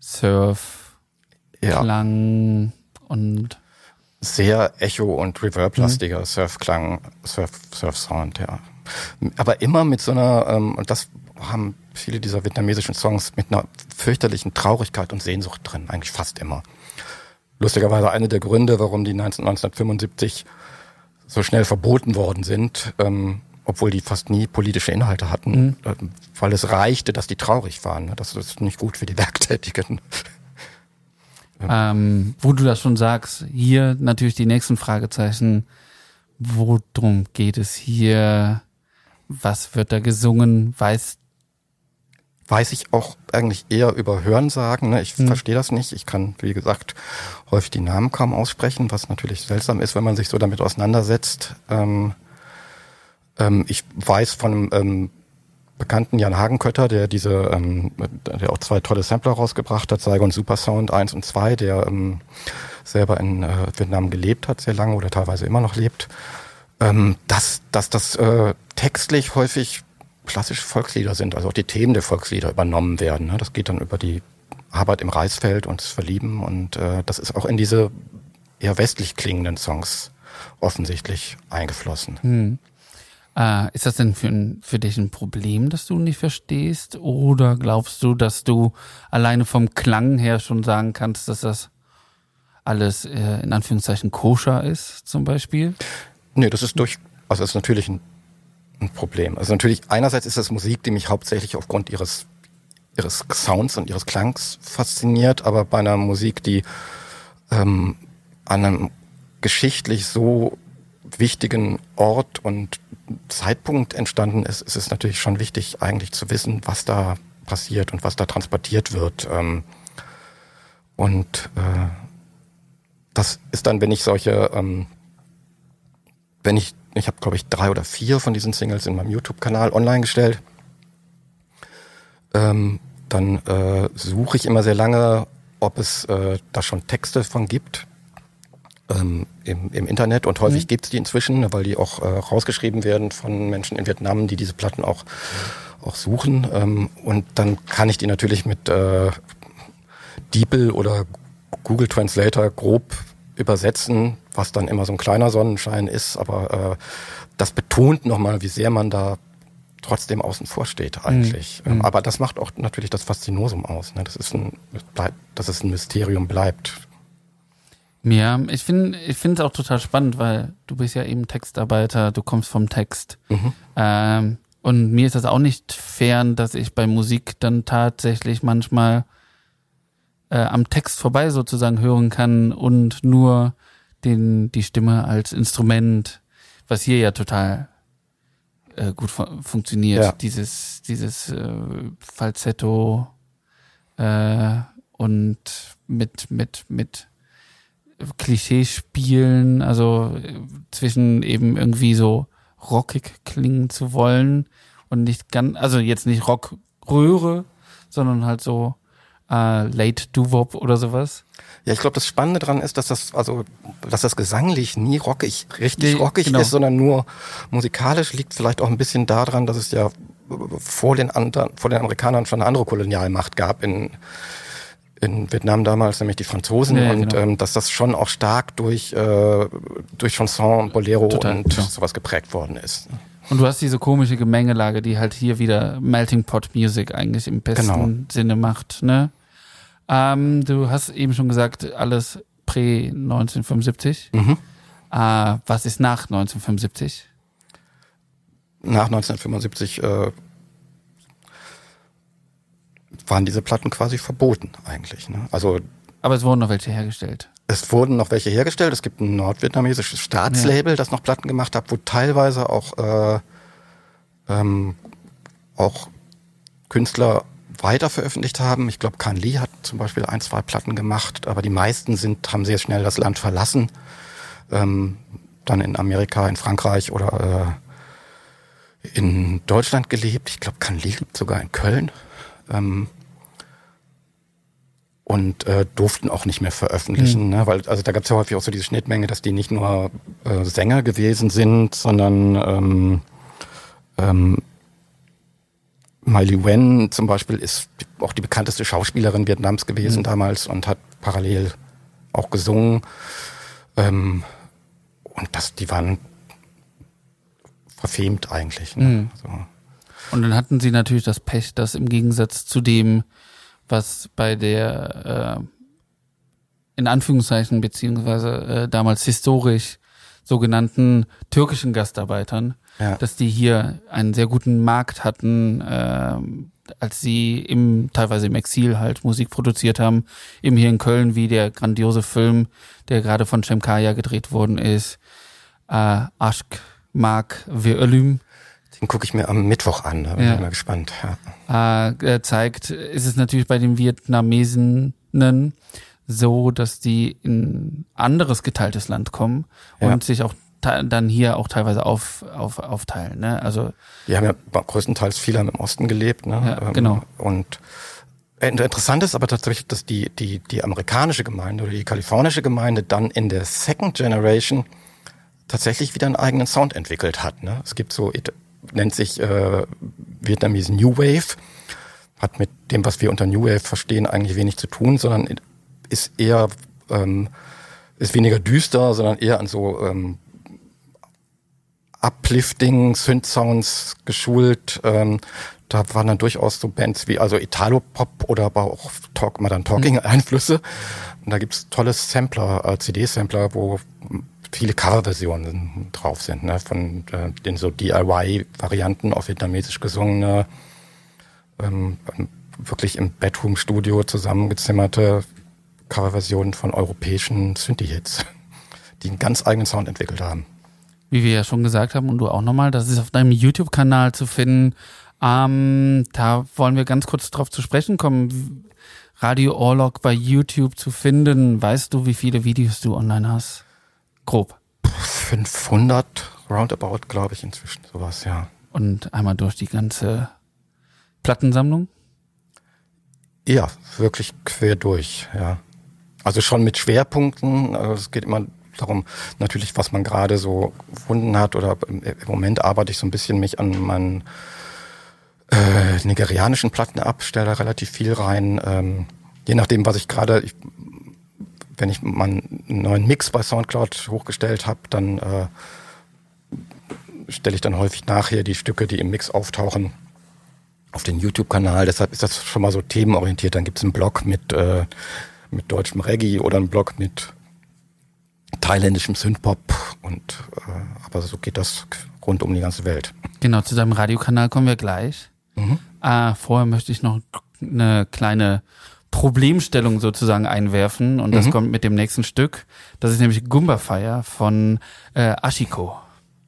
Surf-Klang und sehr Echo- und Reverb-lastiger Surf-Klang, Surf-Sound, ja. Aber immer mit so einer, und das haben viele dieser vietnamesischen Songs, mit einer fürchterlichen Traurigkeit und Sehnsucht drin, eigentlich fast immer. Lustigerweise eine der Gründe, warum die 1975 so schnell verboten worden sind, obwohl die fast nie politische Inhalte hatten, weil es reichte, dass die traurig waren. Das ist nicht gut für die Werktätigen. Wo du das schon sagst, hier natürlich die nächsten Fragezeichen. Worum geht es hier? Was wird da gesungen? Weiß ich auch eigentlich eher über Hörensagen. Ne? Ich verstehe das nicht. Ich kann, wie gesagt, häufig die Namen kaum aussprechen, was natürlich seltsam ist, wenn man sich so damit auseinandersetzt. Ich weiß von einem bekannten Jan Hagenkötter, der der auch 2 tolle Sampler rausgebracht hat, Saigon Supersound 1 und 2, der selber in Vietnam gelebt hat, sehr lange oder teilweise immer noch lebt, dass das textlich häufig klassische Volkslieder sind, also auch die Themen der Volkslieder übernommen werden. Ne? Das geht dann über die Arbeit im Reisfeld und das Verlieben und das ist auch in diese eher westlich klingenden Songs offensichtlich eingeflossen. Ist das denn für dich ein Problem, dass du nicht verstehst? Oder glaubst du, dass du alleine vom Klang her schon sagen kannst, dass das alles in Anführungszeichen koscher ist, zum Beispiel? Nee, das ist natürlich ein Problem. Also natürlich, einerseits ist das Musik, die mich hauptsächlich aufgrund ihres Sounds und ihres Klangs fasziniert, aber bei einer Musik, die an einem geschichtlich so wichtigen Ort und Zeitpunkt entstanden ist, ist es natürlich schon wichtig, eigentlich zu wissen, was da passiert und was da transportiert wird. Das ist dann, wenn ich solche, ich habe, glaube ich, 3 oder 4 von diesen Singles in meinem YouTube-Kanal online gestellt, dann suche ich immer sehr lange, ob es da schon Texte von gibt. Im Internet, und häufig gibt's die inzwischen, weil die auch rausgeschrieben werden von Menschen in Vietnam, die diese Platten auch suchen. Und dann kann ich die natürlich mit DeepL oder Google Translator grob übersetzen, was dann immer so ein kleiner Sonnenschein ist. Aber das betont nochmal, wie sehr man da trotzdem außen vor steht eigentlich. Aber das macht auch natürlich das Faszinosum aus, ne? Dass es ein Mysterium bleibt. Ja, ich finde es auch total spannend, weil du bist ja eben Textarbeiter, du kommst vom Text. Und mir ist das auch nicht fern, dass ich bei Musik dann tatsächlich manchmal am Text vorbei sozusagen hören kann und nur die Stimme als Instrument, was hier ja total gut funktioniert. Ja. Dieses Falsetto und mit Klischeespielen, also zwischen eben irgendwie so rockig klingen zu wollen und nicht ganz, also jetzt nicht Rockröhre, sondern halt so Late Doo-Wop oder sowas. Ja, ich glaube, das Spannende dran ist, dass das gesanglich nie rockig ist, sondern nur musikalisch. Liegt vielleicht auch ein bisschen daran, dass es ja vor den Amerikanern schon eine andere Kolonialmacht gab in Vietnam damals, nämlich die Franzosen, ja, und dass das schon auch stark durch Chanson, Bolero und sowas geprägt worden ist. Und du hast diese komische Gemengelage, die halt hier wieder Melting Pot Music eigentlich im besten Sinne macht, ne? Du hast eben schon gesagt, alles prä-1975. Was ist nach 1975? Nach 1975 waren diese Platten quasi verboten eigentlich, ne? Also, aber es wurden noch welche hergestellt. Es wurden noch welche hergestellt. Es gibt ein nordvietnamesisches Staatslabel, das noch Platten gemacht hat, wo teilweise auch Künstler weiter veröffentlicht haben. Ich glaube, Can Lee hat zum Beispiel 1, 2 Platten gemacht, aber die meisten haben sehr schnell das Land verlassen. Dann in Amerika, in Frankreich oder in Deutschland gelebt. Ich glaube, Can Lee lebt sogar in Köln. Und durften auch nicht mehr veröffentlichen, ne? Weil also da gab es ja häufig auch so diese Schnittmenge, dass die nicht nur Sänger gewesen sind, sondern Miley Wen zum Beispiel ist auch die bekannteste Schauspielerin Vietnams gewesen damals und hat parallel auch gesungen. Und die waren verfemt eigentlich. Ne? So. Und dann hatten sie natürlich das Pech, dass im Gegensatz zu dem, was bei der in Anführungszeichen beziehungsweise damals historisch sogenannten türkischen Gastarbeitern, dass die hier einen sehr guten Markt hatten, als sie teilweise im Exil halt Musik produziert haben. Eben hier in Köln, wie der grandiose Film, der gerade von Cem Kaya gedreht worden ist, Aşk Mark ve Ölüm. Den gucke ich mir am Mittwoch an, da bin ich mal gespannt. Zeigt, ist es natürlich bei den Vietnamesen so, dass die in anderes geteiltes Land kommen und sich auch dann hier auch teilweise aufteilen. Ne? Also die haben ja größtenteils viele im Osten gelebt. Ne? Ja, genau. Und interessant ist aber tatsächlich, dass die amerikanische Gemeinde oder die kalifornische Gemeinde dann in der Second Generation tatsächlich wieder einen eigenen Sound entwickelt hat. Ne? Es gibt so, nennt sich Vietnamese New Wave, hat mit dem, was wir unter New Wave verstehen, eigentlich wenig zu tun, sondern ist eher ist weniger düster, sondern eher an so Uplifting Synth-Sounds geschult. Da waren dann durchaus so Bands wie also Italo-Pop oder aber auch Modern Talking-Einflüsse. Und da gibt's tolle Sampler, CD-Sampler, wo viele Coverversionen drauf sind, ne? Von den so DIY-Varianten auf vietnamesisch gesungene, wirklich im Bedroom-Studio zusammengezimmerte Coverversionen von europäischen Synthie-Hits, die einen ganz eigenen Sound entwickelt haben. Wie wir ja schon gesagt haben und du auch nochmal, das ist auf deinem YouTube-Kanal zu finden. Da wollen wir ganz kurz drauf zu sprechen kommen. Radio Orlog bei YouTube zu finden. Weißt du, wie viele Videos du online hast? Grob. 500 roundabout, glaube ich, inzwischen sowas, ja. Und einmal durch die ganze Plattensammlung? Ja, wirklich quer durch, ja. Also schon mit Schwerpunkten. Also es geht immer darum, natürlich, was man gerade so gefunden hat. Oder im Moment arbeite ich so ein bisschen mich an meinen nigerianischen Platten ab, stelle da relativ viel rein. Je nachdem, was ich gerade, wenn ich mal einen neuen Mix bei Soundcloud hochgestellt habe, dann stelle ich dann häufig nachher die Stücke, die im Mix auftauchen, auf den YouTube-Kanal. Deshalb ist das schon mal so themenorientiert. Dann gibt es einen Blog mit deutschem Reggae oder einen Blog mit thailändischem Synthpop und aber so geht das rund um die ganze Welt. Genau, zu deinem Radiokanal kommen wir gleich. Vorher möchte ich noch eine kleine Problemstellung sozusagen einwerfen und das kommt mit dem nächsten Stück. Das ist nämlich Goomba Fire von Ashiko.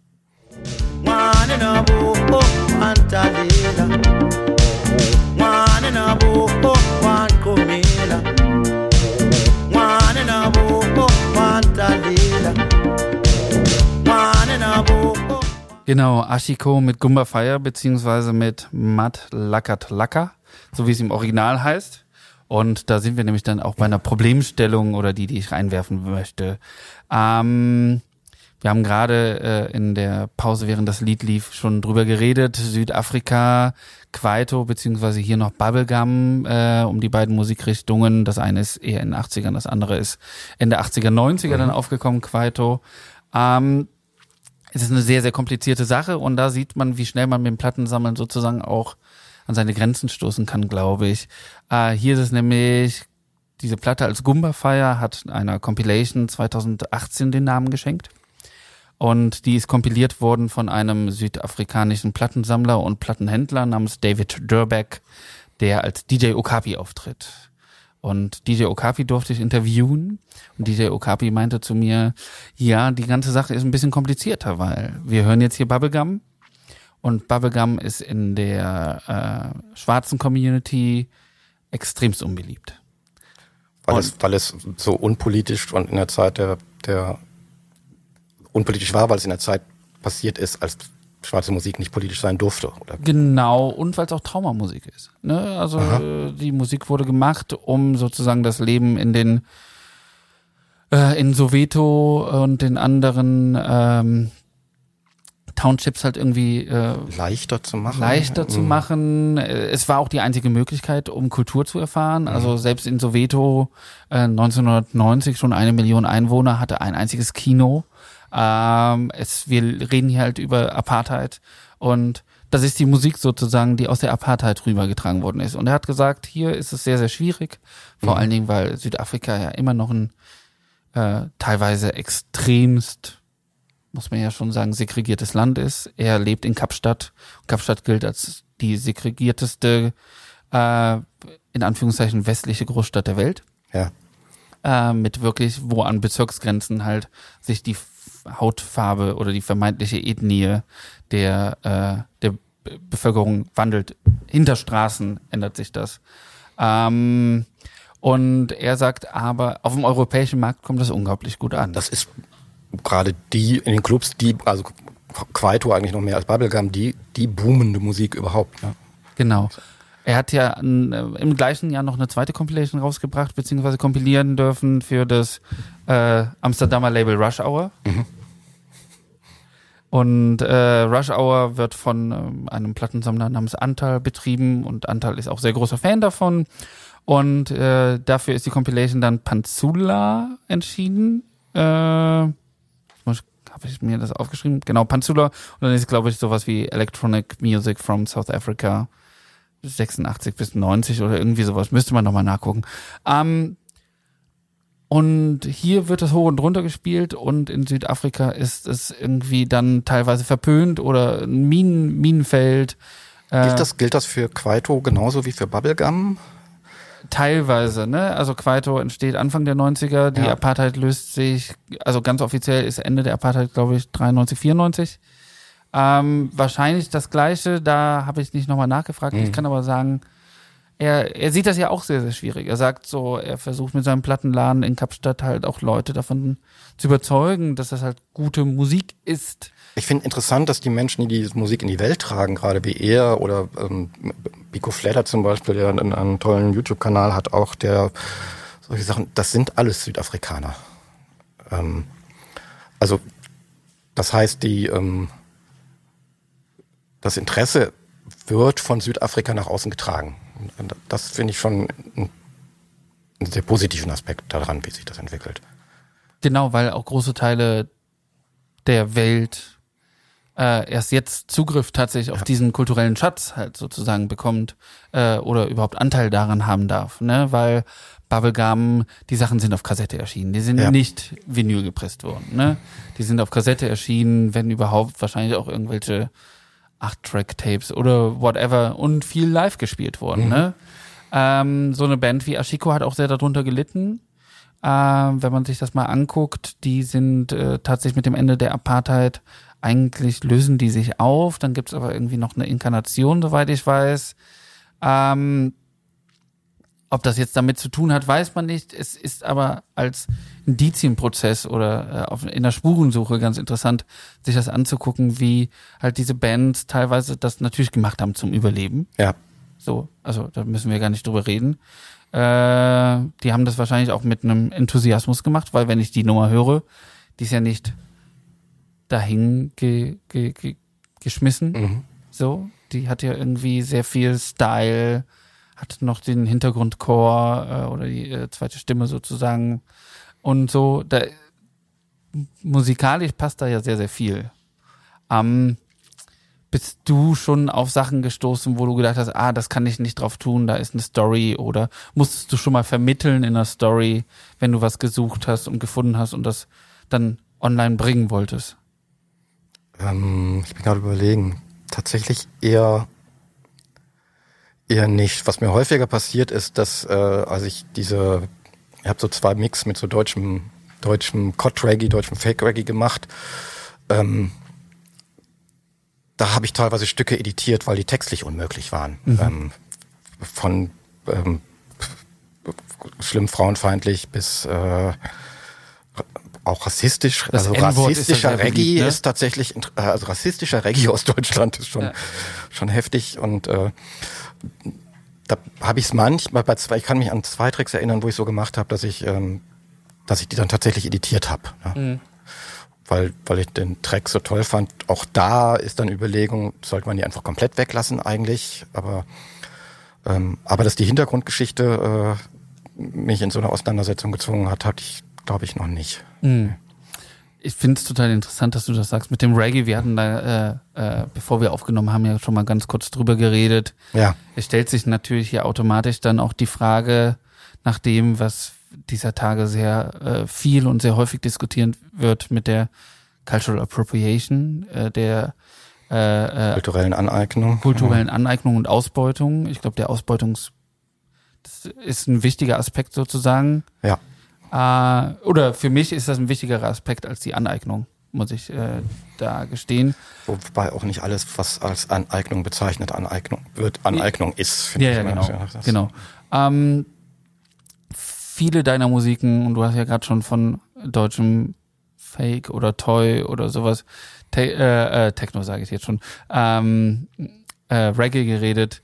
Genau, Ashiko mit Goomba Fire beziehungsweise mit Mad Lakat Laka, so wie es im Original heißt. Und da sind wir nämlich dann auch bei einer Problemstellung oder die ich reinwerfen möchte. Wir haben gerade in der Pause, während das Lied lief, schon drüber geredet. Südafrika, Kwaito, beziehungsweise hier noch Bubblegum, um die beiden Musikrichtungen. Das eine ist eher in den 80ern, das andere ist Ende 80er, 90er dann aufgekommen, Kwaito. Es ist eine sehr, sehr komplizierte Sache und da sieht man, wie schnell man mit dem Plattensammeln sozusagen auch an seine Grenzen stoßen kann, glaube ich. Hier ist es nämlich, diese Platte als Goomba Fire hat einer Compilation 2018 den Namen geschenkt. Und die ist kompiliert worden von einem südafrikanischen Plattensammler und Plattenhändler namens David Durbeck, der als DJ Okapi auftritt. Und DJ Okapi durfte ich interviewen und DJ Okapi meinte zu mir, ja, die ganze Sache ist ein bisschen komplizierter, weil wir hören jetzt hier Bubblegum und Bubblegum ist in der schwarzen Community extremst unbeliebt. Weil es so unpolitisch und in der Zeit der unpolitisch war, weil es in der Zeit passiert ist, als schwarze Musik nicht politisch sein durfte. Oder? Genau, und weil es auch Traumamusik ist. Ne? Also die Musik wurde gemacht, um sozusagen das Leben in Soweto und den anderen Townships halt irgendwie leichter zu machen. Es war auch die einzige Möglichkeit, um Kultur zu erfahren. Also selbst in Soweto 1990 schon 1 Million Einwohner hatte ein einziges Kino. Wir reden hier halt über Apartheid und das ist die Musik sozusagen, die aus der Apartheid rübergetragen worden ist. Und er hat gesagt, hier ist es sehr, sehr schwierig, vor allen Dingen, weil Südafrika ja immer noch ein teilweise extremst, muss man ja schon sagen, segregiertes Land ist. Er lebt in Kapstadt. Kapstadt gilt als die segregierteste, in Anführungszeichen, westliche Großstadt der Welt. Ja. Mit wirklich, wo an Bezirksgrenzen halt sich die Hautfarbe oder die vermeintliche Ethnie der Bevölkerung wandelt. Hinter Straßen ändert sich das. Und er sagt aber, auf dem europäischen Markt kommt das unglaublich gut an. Das ist gerade in den Clubs, also Kwaito eigentlich noch mehr als Bubblegum, die boomende Musik überhaupt. Ne? Genau. Er hat ja im gleichen Jahr noch eine zweite Compilation rausgebracht, beziehungsweise kompilieren dürfen für das Amsterdamer Label Rush Hour. Und Rush Hour wird von einem Plattensammler namens Antal betrieben und Antal ist auch sehr großer Fan davon. Und dafür ist die Compilation dann Panzula entschieden. Habe ich mir das aufgeschrieben? Genau, Panzula. Und dann ist, glaube ich, sowas wie Electronic Music from South Africa 86 bis 90 oder irgendwie sowas. Müsste man nochmal nachgucken. Und hier wird das hoch und runter gespielt und in Südafrika ist es irgendwie dann teilweise verpönt oder ein Minenfeld. Gilt das für Kwaito genauso wie für Bubblegum? Teilweise, ne? Also Kwaito entsteht Anfang der 90er, die Apartheid löst sich, also ganz offiziell ist Ende der Apartheid, glaube ich, 93, 94. Wahrscheinlich das Gleiche, da habe ich nicht nochmal nachgefragt. Ich kann aber sagen, er sieht das ja auch sehr, sehr schwierig. Er sagt so, er versucht mit seinem Plattenladen in Kapstadt halt auch Leute davon zu überzeugen, dass das halt gute Musik ist. Ich finde interessant, dass die Menschen, die diese Musik in die Welt tragen, gerade wie er oder Biko Fledder zum Beispiel, der einen tollen YouTube-Kanal hat, auch der solche Sachen, das sind alles Südafrikaner. Also das heißt, das Interesse wird von Südafrika nach außen getragen. Das finde ich schon einen sehr positiven Aspekt daran, wie sich das entwickelt. Genau, weil auch große Teile der Welt erst jetzt Zugriff tatsächlich auf diesen kulturellen Schatz halt sozusagen bekommt oder überhaupt Anteil daran haben darf, ne? Weil Bubblegum, die Sachen sind auf Kassette erschienen, die sind nicht Vinyl gepresst worden, ne? Die sind auf Kassette erschienen, wenn überhaupt wahrscheinlich auch irgendwelche 8-Track-Tapes oder whatever und viel live gespielt worden, ne? So eine Band wie Ashiko hat auch sehr darunter gelitten. Wenn man sich das mal anguckt, die sind tatsächlich mit dem Ende der Apartheid, eigentlich lösen die sich auf, dann gibt's aber irgendwie noch eine Inkarnation, soweit ich weiß. Ob das jetzt damit zu tun hat, weiß man nicht. Es ist aber als Indizienprozess oder in der Spurensuche ganz interessant, sich das anzugucken, wie halt diese Bands teilweise das natürlich gemacht haben zum Überleben. Ja. So, also da müssen wir gar nicht drüber reden. Die haben das wahrscheinlich auch mit einem Enthusiasmus gemacht, weil wenn ich die Nummer höre, die ist ja nicht dahin geschmissen. So, die hat ja irgendwie sehr viel Style, hat noch den Hintergrundchor oder die zweite Stimme sozusagen und so. Da, musikalisch passt da ja sehr, sehr viel. Bist du schon auf Sachen gestoßen, wo du gedacht hast, das kann ich nicht drauf tun, da ist eine Story, oder musstest du schon mal vermitteln in einer Story, wenn du was gesucht hast und gefunden hast und das dann online bringen wolltest? Ich bin gerade überlegen. Tatsächlich eher nicht. Was mir häufiger passiert ist, dass als ich habe so 2 Mix mit so deutschem Cod-Reggae, deutschem Fake-Reggae gemacht. Da habe ich teilweise Stücke editiert, weil die textlich unmöglich waren. Von schlimm frauenfeindlich bis auch rassistisch. Das Also N-Wort rassistischer ist ja Reggae beliebt, ne? ist tatsächlich, also rassistischer Reggae aus Deutschland ist schon heftig, und da habe ich es manchmal ich kann mich an 2 Tracks erinnern, wo ich so gemacht habe, dass ich die dann tatsächlich editiert habe. Ne? Weil ich den Track so toll fand. Auch da ist dann Überlegung, sollte man die einfach komplett weglassen eigentlich, aber dass die Hintergrundgeschichte mich in so eine Auseinandersetzung gezwungen hat, hatte ich, glaube ich, noch nicht. Ich finde es total interessant, dass du das sagst. Mit dem Reggae, wir hatten da, bevor wir aufgenommen haben, ja schon mal ganz kurz drüber geredet. Ja. Es stellt sich natürlich hier automatisch dann auch die Frage nach dem, was dieser Tage sehr viel und sehr häufig diskutiert wird mit der Cultural Appropriation, der kulturellen Aneignung. Kulturellen Aneignung und Ausbeutung. Ich glaube, das ist ein wichtiger Aspekt sozusagen. Ja. Oder für mich ist das ein wichtigerer Aspekt als die Aneignung, muss ich da gestehen. Wobei auch nicht alles, was als Aneignung bezeichnet, Aneignung ist, finde ich. Ja, genau. Viele deiner Musiken, und du hast ja gerade schon von deutschem Fake oder Toy oder sowas, Techno sage ich jetzt schon, Reggae geredet,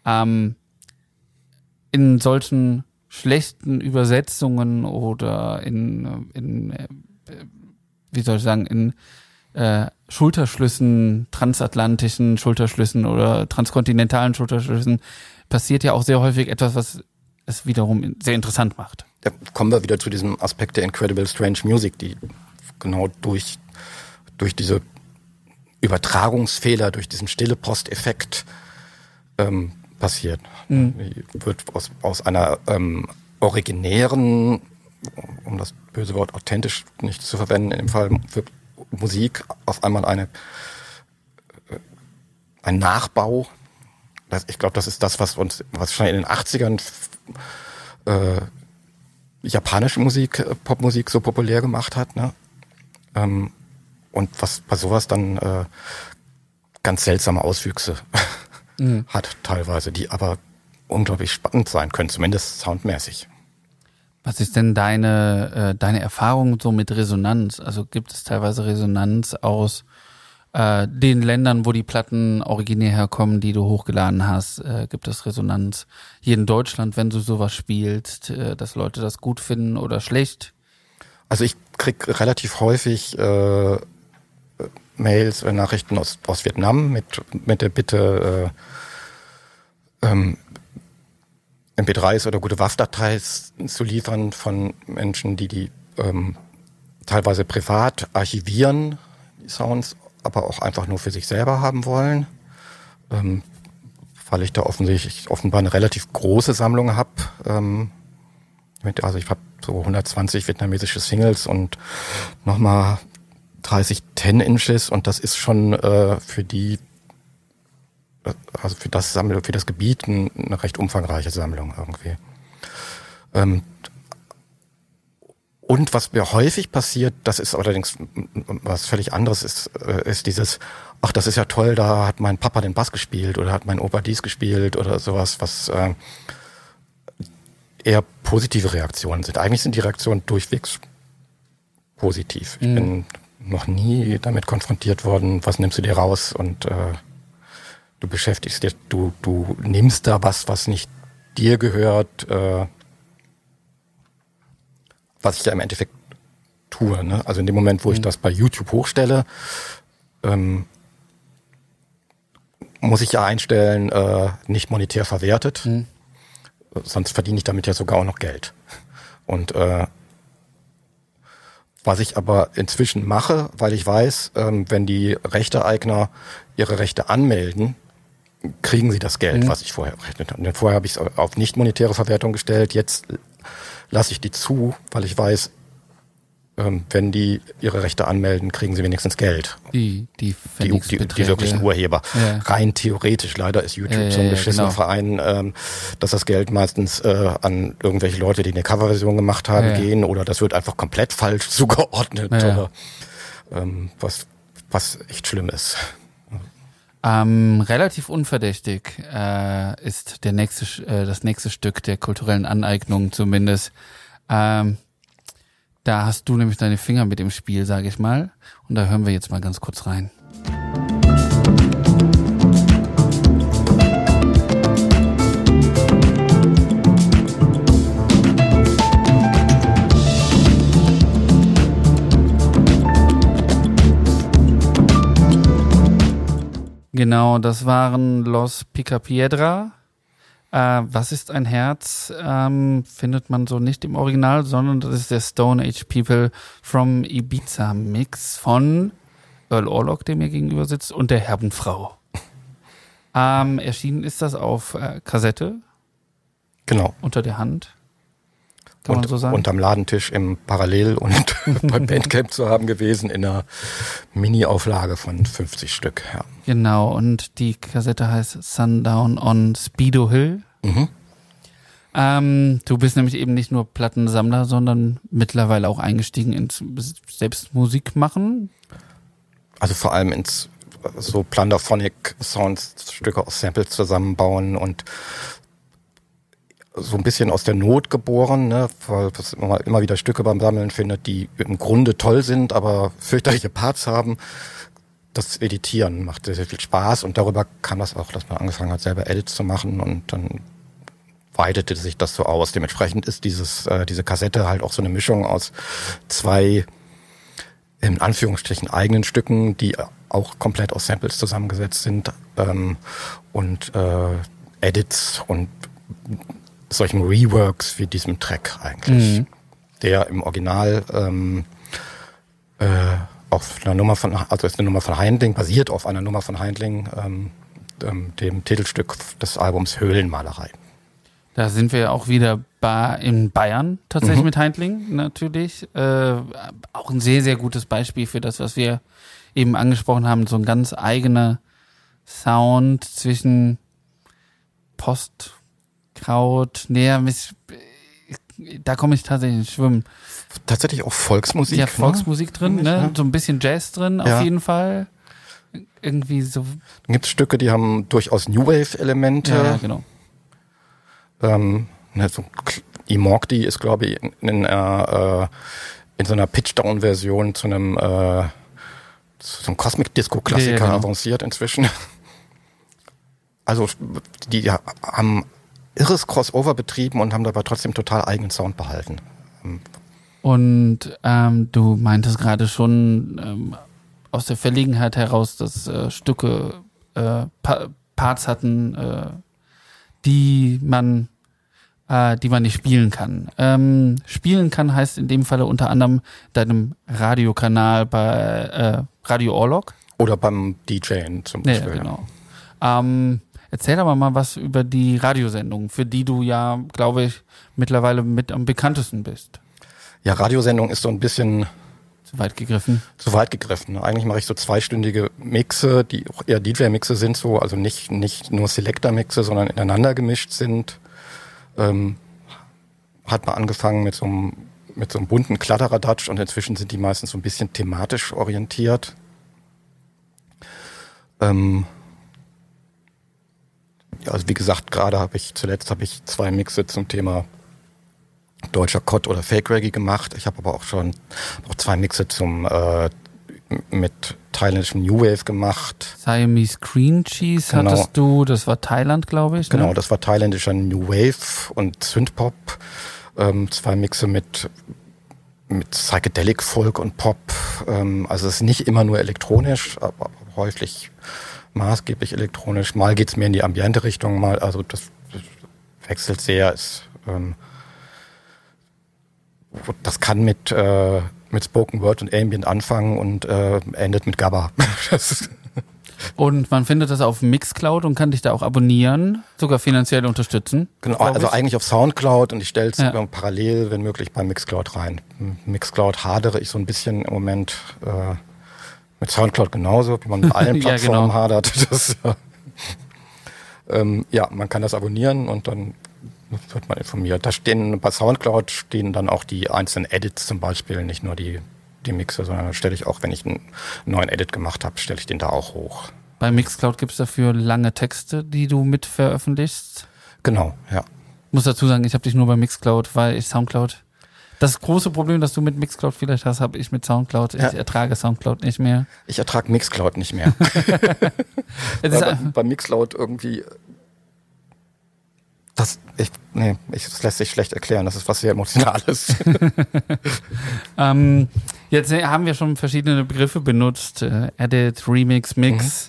in solchen schlechten Übersetzungen oder in wie soll ich sagen, in Schulterschlüssen, transatlantischen Schulterschlüssen oder transkontinentalen Schulterschlüssen passiert ja auch sehr häufig etwas, was es wiederum sehr interessant macht. Da kommen wir wieder zu diesem Aspekt der Incredible Strange Music, die genau durch diese Übertragungsfehler, durch diesen Stille-Post-Effekt passiert. Die wird aus einer originären, um das böse Wort authentisch nicht zu verwenden, in dem Fall für Musik auf einmal ein Nachbau. Ich glaube, das ist das, was schon in den 80ern japanische Musik, Popmusik so populär gemacht hat, ne? Und was bei sowas dann ganz seltsame Auswüchse hat teilweise, die aber unglaublich spannend sein können, zumindest soundmäßig. Was ist denn deine Erfahrung so mit Resonanz? Also gibt es teilweise Resonanz aus den Ländern, wo die Platten originär herkommen, die du hochgeladen hast? Gibt es Resonanz hier in Deutschland, wenn du sowas spielst, dass Leute das gut finden oder schlecht? Also ich krieg relativ häufig Mails, Nachrichten aus Vietnam mit der Bitte, MP3s oder gute WAV-Dateis zu liefern von Menschen, die teilweise privat archivieren, die Sounds, aber auch einfach nur für sich selber haben wollen, weil ich da offenbar eine relativ große Sammlung habe. Also ich habe so 120 vietnamesische Singles und nochmal 30 10-Inches und das ist schon für das Gebiet eine recht umfangreiche Sammlung irgendwie. Und was mir häufig passiert, das ist allerdings was völlig anderes, ist dieses, ach, das ist ja toll, da hat mein Papa den Bass gespielt oder hat mein Opa dies gespielt oder sowas, was eher positive Reaktionen sind. Eigentlich sind die Reaktionen durchwegs positiv. Ich bin noch nie damit konfrontiert worden, was nimmst du dir raus und du beschäftigst dich, du nimmst da was nicht dir gehört, was ich ja im Endeffekt tue. Ne? Also in dem Moment, wo ich das bei YouTube hochstelle, muss ich ja einstellen, nicht monetär verwertet. Sonst verdiene ich damit ja sogar auch noch Geld. Und was ich aber inzwischen mache, weil ich weiß, wenn die Rechteeigner ihre Rechte anmelden, kriegen sie das Geld, was ich vorher berechnet habe. Denn vorher habe ich es auf nicht monetäre Verwertung gestellt, jetzt lasse ich die zu, weil ich weiß, wenn die ihre Rechte anmelden, kriegen sie wenigstens Geld. Die wirklichen Urheber. Ja. Rein theoretisch, leider ist YouTube so ein beschissener Verein, dass das Geld meistens an irgendwelche Leute, die eine Coverversion gemacht haben, gehen, oder das wird einfach komplett falsch zugeordnet, oder was echt schlimm ist. Relativ unverdächtig ist das nächste Stück der kulturellen Aneignung zumindest. Da hast du nämlich deine Finger mit im Spiel, sage ich mal. Und da hören wir jetzt mal ganz kurz rein. Genau, das waren Los Picapiedra. Was ist ein Herz? Findet man so nicht im Original, sondern das ist der Stone Age People from Ibiza Mix von Earl Orlock, der mir gegenüber sitzt, und der herben Frau. Erschienen ist das auf Kassette. Genau. Unter der Hand. Kann man so sagen? Unterm Ladentisch im Parallel und beim Bandcamp zu haben gewesen in einer Mini-Auflage von 50 Stück. Ja. Genau, und die Kassette heißt Sundown on Speedo Hill. Du bist nämlich eben nicht nur Plattensammler, sondern mittlerweile auch eingestiegen ins selbst Musik machen. Also vor allem ins so Plunderphonic Sounds, Stücke aus Samples zusammenbauen und so ein bisschen aus der Not geboren, ne, weil man immer wieder Stücke beim Sammeln findet, die im Grunde toll sind, aber fürchterliche Parts haben. Das Editieren macht sehr, sehr viel Spaß und darüber kam das auch, dass man angefangen hat, selber Edits zu machen und dann weitete sich das so aus. Dementsprechend ist diese Kassette halt auch so eine Mischung aus zwei, in Anführungsstrichen, eigenen Stücken, die auch komplett aus Samples zusammengesetzt sind, und Edits und solchen Reworks wie diesem Track eigentlich, der im Original auf einer Nummer von, also ist eine Nummer von Heindling, basiert auf einer Nummer von Heindling, dem Titelstück des Albums Höhlenmalerei. Da sind wir ja auch wieder in Bayern tatsächlich mit Heindling natürlich. Auch ein sehr, sehr gutes Beispiel für das, was wir eben angesprochen haben. So ein ganz eigener Sound zwischen Postkraut, da komme ich tatsächlich ins Schwimmen. Tatsächlich auch Volksmusik. Ja, Volksmusik drin, ne? Ja. So ein bisschen Jazz drin, Ja. auf jeden Fall. Irgendwie so. Dann gibt es Stücke, die haben durchaus New Wave-Elemente. Ja, genau. So Imogdi ist, glaube ich, in so einer Pitch-Down-Version zu einem Cosmic-Disco-Klassiker Ja, genau. avanciert inzwischen. Also die haben irres Crossover betrieben und haben dabei trotzdem total eigenen Sound behalten. Und du meintest gerade schon aus der Verlegenheit heraus, dass Stücke Parts hatten, die man nicht spielen kann. Spielen kann heißt in dem Falle unter anderem deinem Radiokanal bei Radio Orlok. Oder beim DJen zum Ja, Beispiel. genau. Erzähl aber mal was über die Radiosendung, für die du ja, glaube ich, mittlerweile mit am bekanntesten bist. Ja, Radiosendung ist so ein bisschen Zu weit gegriffen. zu weit gegriffen. Eigentlich mache ich so zweistündige Mixe, die auch eher DJ-Mixe sind, so, also nicht nur Selector-Mixe, sondern ineinander gemischt sind. Hat mal angefangen mit so einem bunten Kladderadatsch und inzwischen sind die meistens so ein bisschen thematisch orientiert. Also wie gesagt, zuletzt habe ich 2 Mixe zum Thema deutscher Kott oder Fake Reggae gemacht. Ich habe aber auch 2 Mixe mit thailändischem New Wave gemacht. Siamese Green Cheese Genau. hattest du, das war Thailand, glaube ich. Genau, Ne? das war thailändischer New Wave und Synthpop. 2 Mixe mit Psychedelic Folk und Pop. Also es ist nicht immer nur elektronisch, aber häufig maßgeblich elektronisch. Mal geht's mehr in die Ambiente-Richtung, mal, also das wechselt sehr. Das kann mit Spoken Word und Ambient anfangen und endet mit Gabba. Und man findet das auf Mixcloud und kann dich da auch abonnieren, sogar finanziell unterstützen. Genau, glaub also ich. eigentlich auf Soundcloud und ich stelle es Ja. parallel, wenn möglich, bei Mixcloud rein. Mixcloud hadere ich so ein bisschen im Moment mit Soundcloud genauso, wie man mit allen Ja, Plattformen genau. hadert. Ja, man kann das abonnieren und dann wird man informiert. Bei Soundcloud stehen dann auch die einzelnen Edits zum Beispiel, nicht nur die Mixe, sondern da stelle ich auch, wenn ich einen neuen Edit gemacht habe, stelle ich den da auch hoch. Bei Mixcloud gibt es dafür lange Texte, die du mit veröffentlichst. Genau, ja. Muss dazu sagen, ich habe dich nur bei Mixcloud, weil ich Soundcloud. Das große Problem, das du mit Mixcloud vielleicht hast, habe ich mit Soundcloud. Ich Ja. ertrage Soundcloud nicht mehr. Ich ertrage Mixcloud nicht mehr. Es ist bei Mixcloud irgendwie das lässt sich schlecht erklären. Das ist was sehr Emotionales. Jetzt haben wir schon verschiedene Begriffe benutzt. Edit, Remix, Mix.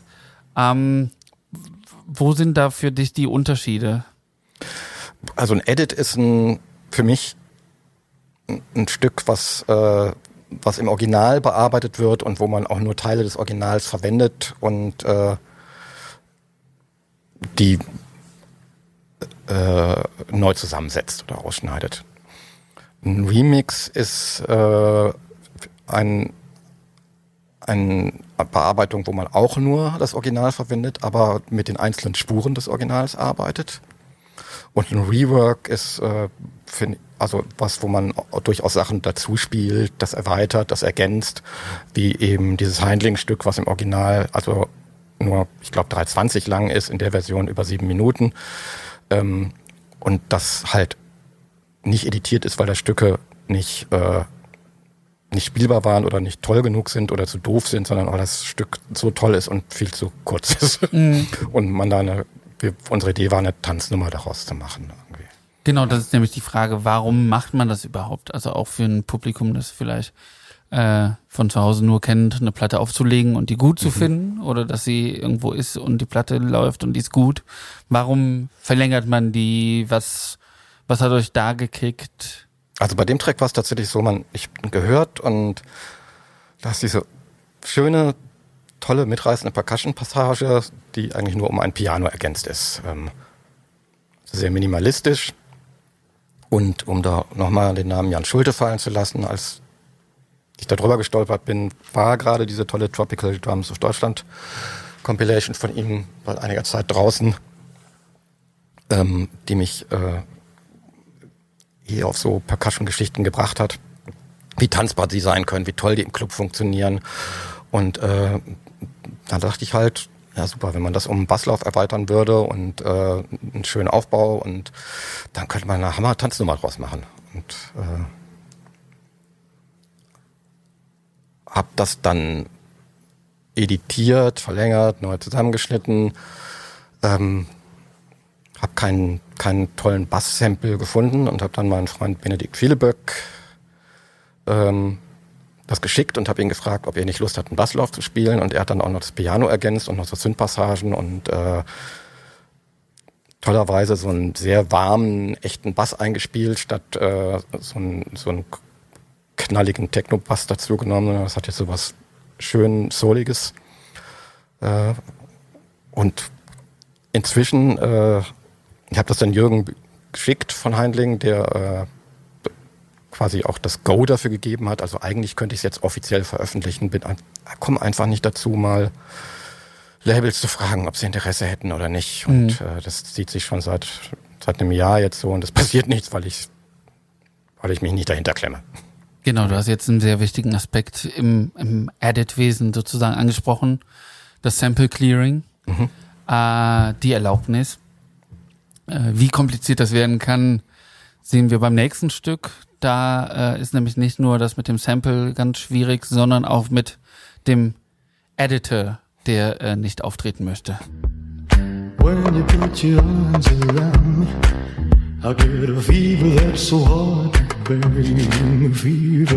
Wo sind da für dich die Unterschiede? Also ein Edit ist für mich ein Stück, was im Original bearbeitet wird und wo man auch nur Teile des Originals verwendet und die neu zusammensetzt oder ausschneidet. Ein Remix ist eine Bearbeitung, wo man auch nur das Original verwendet, aber mit den einzelnen Spuren des Originals arbeitet. Und ein Rework ist was, wo man durchaus Sachen dazu spielt, das erweitert, das ergänzt, wie eben dieses Heindling-Stück, was im Original also nur, ich glaube, 3,20 lang ist, in der Version über 7 Minuten. Und das halt nicht editiert ist, weil da Stücke nicht spielbar waren oder nicht toll genug sind oder zu doof sind, sondern weil das Stück so toll ist und viel zu kurz ist. Und man unsere Idee war, eine Tanznummer daraus zu machen. Irgendwie. Genau, das ist nämlich die Frage, warum macht man das überhaupt? Also auch für ein Publikum, das vielleicht von zu Hause nur kennt, eine Platte aufzulegen und die gut zu finden oder dass sie irgendwo ist und die Platte läuft und die ist gut. Warum verlängert man die? Was hat euch da gekickt? Also bei dem Track war es tatsächlich so, ich bin gehört und da ist diese schöne, tolle, mitreißende Percussion-Passage, die eigentlich nur um ein Piano ergänzt ist. Sehr minimalistisch. Und um da nochmal den Namen Jan Schulte fallen zu lassen, als ich da drüber gestolpert bin, war gerade diese tolle Tropical Drums of Deutschland Compilation von ihm bei einiger Zeit draußen, die mich je auf so Percussion-Geschichten gebracht hat, wie tanzbar sie sein können, wie toll die im Club funktionieren. Und dann dachte ich halt, ja super, wenn man das um einen Basslauf erweitern würde und einen schönen Aufbau, und dann könnte man eine Hammer-Tanznummer draus machen. Und habe das dann editiert, verlängert, neu zusammengeschnitten. Habe keinen tollen Bass-Sample gefunden und habe dann meinen Freund Benedikt Vieleböck das geschickt und habe ihn gefragt, ob er nicht Lust hat, einen Basslauf zu spielen. Und er hat dann auch noch das Piano ergänzt und noch so Synth-Passagen und tollerweise so einen sehr warmen, echten Bass eingespielt, statt so einen knalligen Techno-Bass dazu genommen. Das hat jetzt so was schön Souliges. Und inzwischen, ich habe das dann Jürgen geschickt von Heindling, der quasi auch das Go dafür gegeben hat. Also eigentlich könnte ich es jetzt offiziell veröffentlichen, komme einfach nicht dazu, mal Labels zu fragen, ob sie Interesse hätten oder nicht. Und das zieht sich schon seit einem Jahr jetzt so, und es passiert nichts, weil ich mich nicht dahinter klemme. Genau, du hast jetzt einen sehr wichtigen Aspekt im Edit-Wesen sozusagen angesprochen, das Sample Clearing, die Erlaubnis. Wie kompliziert das werden kann, sehen wir beim nächsten Stück. Da ist nämlich nicht nur das mit dem Sample ganz schwierig, sondern auch mit dem Editor, der nicht auftreten möchte. When you put your arms around me, I get a fever that's so hard to bear, a fever.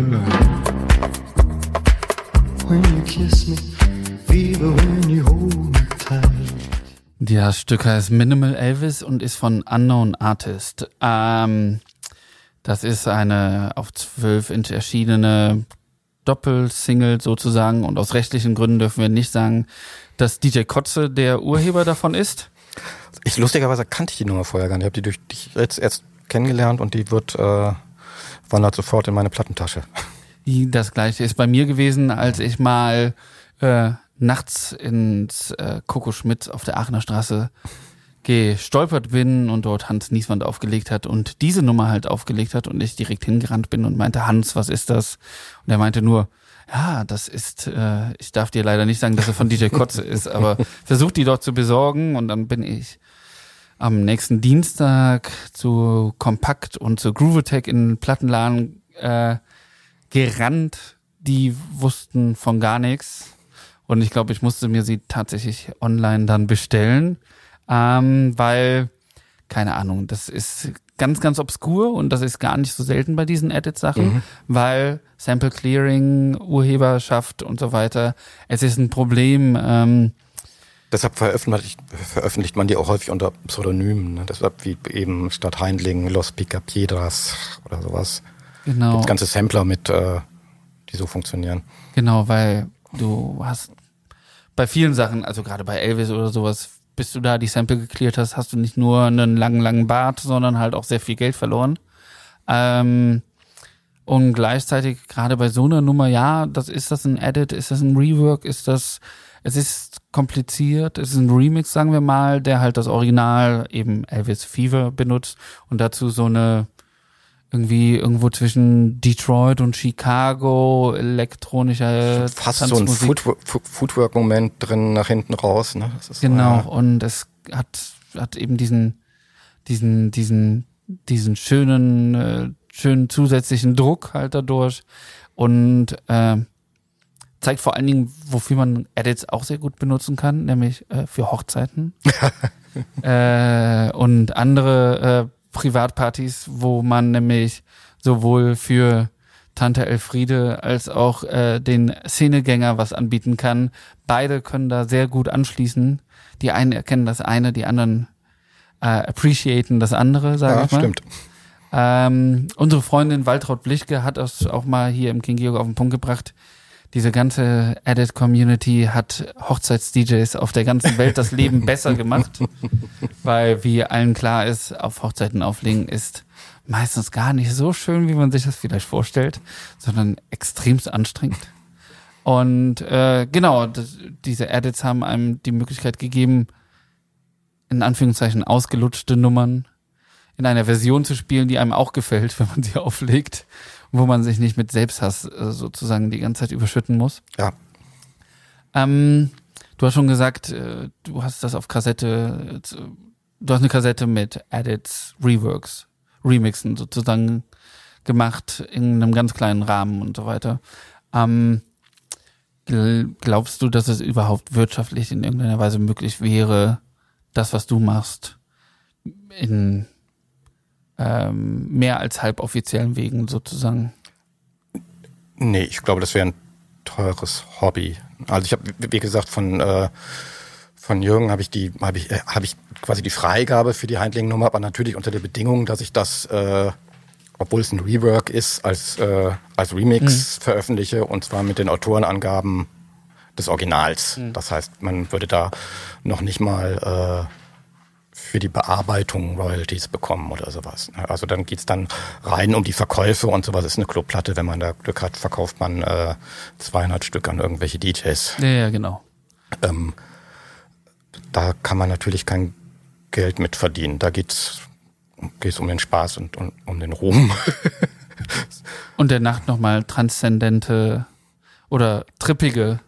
When you kiss me, fever when you hold me tight. Das Stück heißt Minimal Elvis und ist von Unknown Artist. Das ist eine auf 12" erschienene Doppelsingle sozusagen, und aus rechtlichen Gründen dürfen wir nicht sagen, dass DJ Kotze der Urheber davon ist. Lustigerweise kannte ich die Nummer vorher gar nicht. Ich habe die durch dich jetzt erst kennengelernt, und die wandert sofort in meine Plattentasche. Das gleiche ist bei mir gewesen, als ich mal nachts ins Coco Schmidt auf der Aachener Straße gestolpert bin und dort Hans Nieswand aufgelegt hat und diese Nummer halt aufgelegt hat und ich direkt hingerannt bin und meinte, Hans, was ist das? Und er meinte nur, ja, das ist, ich darf dir leider nicht sagen, dass er von DJ Kotze ist, aber versuch die dort zu besorgen. Und dann bin ich am nächsten Dienstag zu Kompakt und zu Groovetech in den Plattenladen gerannt. Die wussten von gar nichts. Und ich glaube, ich musste mir sie tatsächlich online dann bestellen, weil, keine Ahnung, das ist ganz, ganz obskur und das ist gar nicht so selten bei diesen Edit-Sachen, weil Sample Clearing, Urheberschaft und so weiter, es ist ein Problem. Deshalb veröffentlicht man die auch häufig unter Pseudonymen, ne? Deshalb wie eben statt Heindling, Los Picapiedras oder sowas. Genau. Gibt ganze Sampler mit, die so funktionieren. Genau, weil du hast bei vielen Sachen, also gerade bei Elvis oder sowas, bis du da die Sample gecleart hast, hast du nicht nur einen langen Bart, sondern halt auch sehr viel Geld verloren. Und gleichzeitig gerade bei so einer Nummer, ja, ist das ein Edit, ist das ein Rework, es ist kompliziert, es ist ein Remix, sagen wir mal, der halt das Original eben Elvis Fever benutzt und dazu so eine irgendwie irgendwo zwischen Detroit und Chicago elektronischer fast so ein Footwork-Moment drin nach hinten raus, ne? Das ist genau, und es hat eben diesen schönen zusätzlichen Druck halt dadurch und zeigt vor allen Dingen, wofür man Edits auch sehr gut benutzen kann, nämlich für Hochzeiten und andere Privatpartys, wo man nämlich sowohl für Tante Elfriede als auch den Szenegänger was anbieten kann. Beide können da sehr gut anschließen. Die einen erkennen das eine, die anderen appreciaten das andere, sage ich mal. Stimmt. Unsere Freundin Waltraud Blichke hat das auch mal hier im King Georg auf den Punkt gebracht. Diese ganze Edit-Community hat Hochzeits-DJs auf der ganzen Welt das Leben besser gemacht, weil wie allen klar ist, auf Hochzeiten auflegen ist meistens gar nicht so schön, wie man sich das vielleicht vorstellt, sondern extremst anstrengend. Und genau, diese Edits haben einem die Möglichkeit gegeben, in Anführungszeichen ausgelutschte Nummern in einer Version zu spielen, die einem auch gefällt, wenn man sie auflegt, wo man sich nicht mit Selbsthass sozusagen die ganze Zeit überschütten muss. Ja. Du hast schon gesagt, du hast das auf Kassette, du hast eine Kassette mit Edits, Reworks, Remixen sozusagen gemacht in einem ganz kleinen Rahmen und so weiter. Glaubst du, dass es überhaupt wirtschaftlich in irgendeiner Weise möglich wäre, das, was du machst, in mehr als halboffiziellen Wegen sozusagen? Nee, ich glaube, das wäre ein teures Hobby. Also ich habe, wie gesagt, von Jürgen habe ich quasi die Freigabe für die Heindling-Nummer, aber natürlich unter der Bedingung, dass ich das, obwohl es ein Rework ist, als Remix veröffentliche, und zwar mit den Autorenangaben des Originals. Das heißt, man würde da noch nicht mal für die Bearbeitung Royalties bekommen oder sowas. Also dann geht's dann rein um die Verkäufe und sowas. Ist eine Clubplatte, wenn man da Glück hat, verkauft man 200 Stück an irgendwelche DJs. Ja, genau. Da kann man natürlich kein Geld mit verdienen. Da geht's um den Spaß und um den Ruhm. Und der Nacht nochmal transzendente oder trippige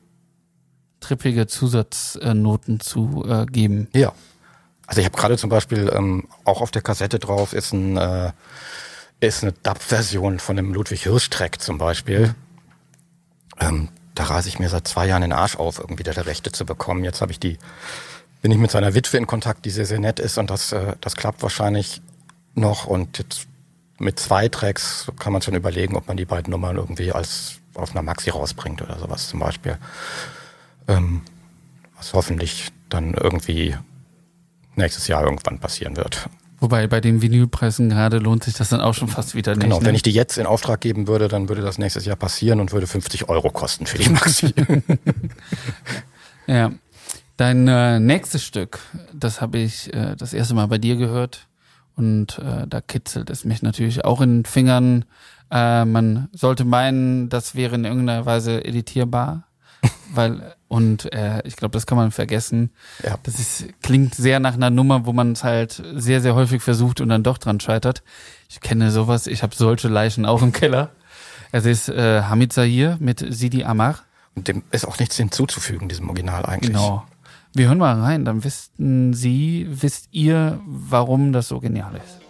Zusatznoten zu geben. Ja. Also ich habe gerade zum Beispiel auch auf der Kassette drauf ist eine Dub-Version von dem Ludwig Hirsch-Track zum Beispiel. Da reiße ich mir seit 2 Jahren den Arsch auf, irgendwie da Rechte zu bekommen. Jetzt bin ich mit seiner Witwe in Kontakt, die sehr, sehr nett ist, und das klappt wahrscheinlich noch. Und jetzt mit 2 Tracks kann man schon überlegen, ob man die beiden Nummern irgendwie auf einer Maxi rausbringt oder sowas zum Beispiel. Was hoffentlich dann irgendwie nächstes Jahr irgendwann passieren wird. Wobei bei den Vinylpreisen gerade lohnt sich das dann auch schon fast wieder nicht. Genau, ne? wenn ich die jetzt in Auftrag geben würde, dann würde das nächstes Jahr passieren und würde 50 € kosten für die Maxi. Ja. Dein nächstes Stück, das habe ich das erste Mal bei dir gehört, und da kitzelt es mich natürlich auch in den Fingern. Man sollte meinen, das wäre in irgendeiner Weise editierbar, ich glaube, das kann man vergessen. Ja. Klingt sehr nach einer Nummer, wo man es halt sehr, sehr häufig versucht und dann doch dran scheitert. Ich kenne sowas, ich habe solche Leichen auch im Keller. Es ist Hamid Zahir mit Sidi Amar. Und dem ist auch nichts hinzuzufügen, diesem Original eigentlich. Genau. Wir hören mal rein, dann wisst ihr, warum das so genial ist.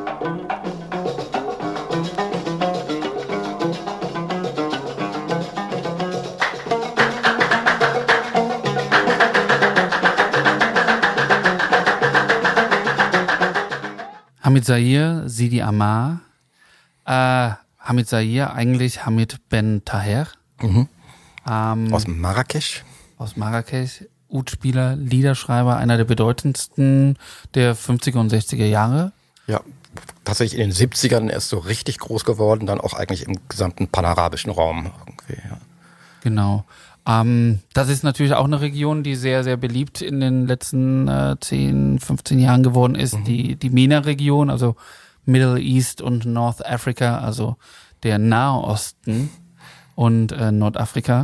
Hamid Zahir, Sidi Amar. Hamid Zahir, eigentlich Hamid Ben Taher. Aus Marrakesch. Aus Marrakesch. Ud-Spieler, Liederschreiber, einer der bedeutendsten der 50er und 60er Jahre. Ja, tatsächlich in den 70ern erst so richtig groß geworden, dann auch eigentlich im gesamten panarabischen Raum irgendwie, ja. Genau. Das ist natürlich auch eine Region, die sehr, sehr beliebt in den letzten 10, 15 Jahren geworden ist. Die MENA-Region, also Middle East und North Africa, also der Nahe Osten und Nordafrika.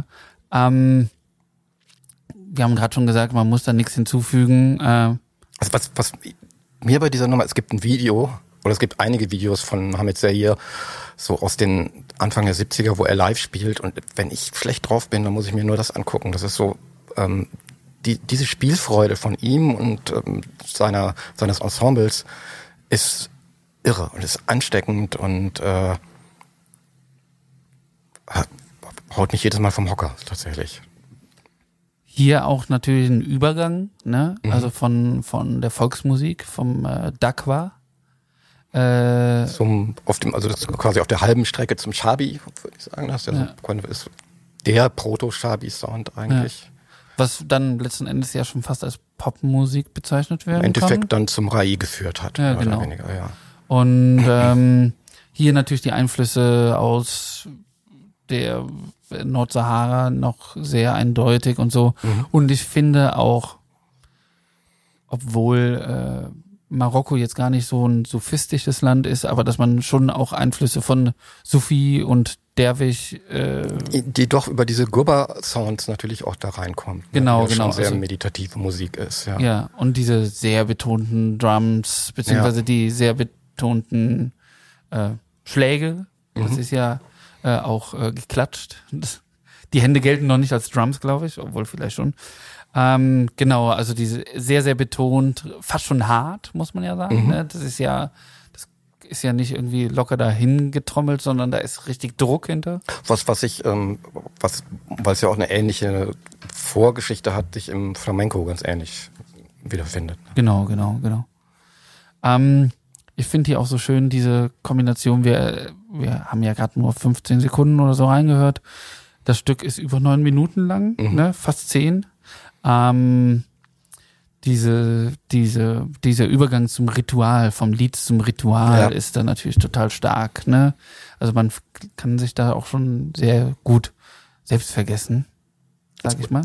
Wir haben gerade schon gesagt, man muss da nichts hinzufügen. Also was mir bei dieser Nummer, es gibt ein Video, oder es gibt einige Videos von Hamid Zahir, so aus den Anfang der 70er, wo er live spielt, und wenn ich schlecht drauf bin, dann muss ich mir nur das angucken. Das ist so, diese Spielfreude von ihm und seines Ensembles ist irre und ist ansteckend und haut mich jedes Mal vom Hocker, tatsächlich. Hier auch natürlich ein Übergang, ne? Also von der Volksmusik, vom Dakwa. Also das ist quasi auf der halben Strecke zum Shabi, würde ich sagen. Das ist der Proto-Shabi-Sound eigentlich. Ja. Was dann letzten Endes ja schon fast als Popmusik bezeichnet werden Im Endeffekt kann. Dann zum Rai geführt hat. Ja, mehr genau. oder weniger, ja. Und hier natürlich die Einflüsse aus der Nordsahara noch sehr eindeutig und so. Und ich finde auch, obwohl Marokko jetzt gar nicht so ein sufistisches Land ist, aber dass man schon auch Einflüsse von Sufi und Derwisch die doch über diese Gurba-Sounds natürlich auch da reinkommt. Genau, die genau. Schon sehr Also, meditative Musik ist, ja. Ja, und diese sehr betonten Drums, beziehungsweise die sehr betonten Schläge. Das ist ja auch geklatscht. Die Hände gelten noch nicht als Drums, glaube ich, obwohl vielleicht schon. Genau, also diese sehr, sehr betont, fast schon hart, muss man ja sagen. Ne? Das ist ja nicht irgendwie locker dahin getrommelt, sondern da ist richtig Druck hinter. Weil es ja auch eine ähnliche Vorgeschichte hat, sich im Flamenco ganz ähnlich wiederfindet. Genau. Ich finde hier auch so schön diese Kombination. Wir haben ja gerade nur 15 Sekunden oder so reingehört. Das Stück ist über 9 Minuten lang, ne? Fast 10. Dieser Übergang zum Ritual, vom Lied zum Ritual ist dann natürlich total stark, ne? Also man kann sich da auch schon sehr gut selbst vergessen, sag ich mal.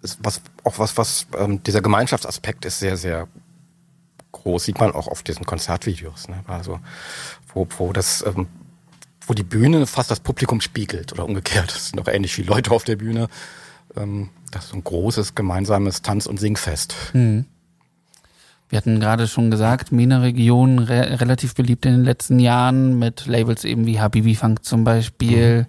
Dieser Gemeinschaftsaspekt ist sehr, sehr groß, sieht man auch auf diesen Konzertvideos, ne? Also wo die Bühne fast das Publikum spiegelt oder umgekehrt. Das sind auch ähnlich viele Leute auf der Bühne. Das ist so ein großes gemeinsames Tanz- und Singfest. Wir hatten gerade schon gesagt, MENA-Region relativ beliebt in den letzten Jahren mit Labels eben wie Habibi Funk zum Beispiel.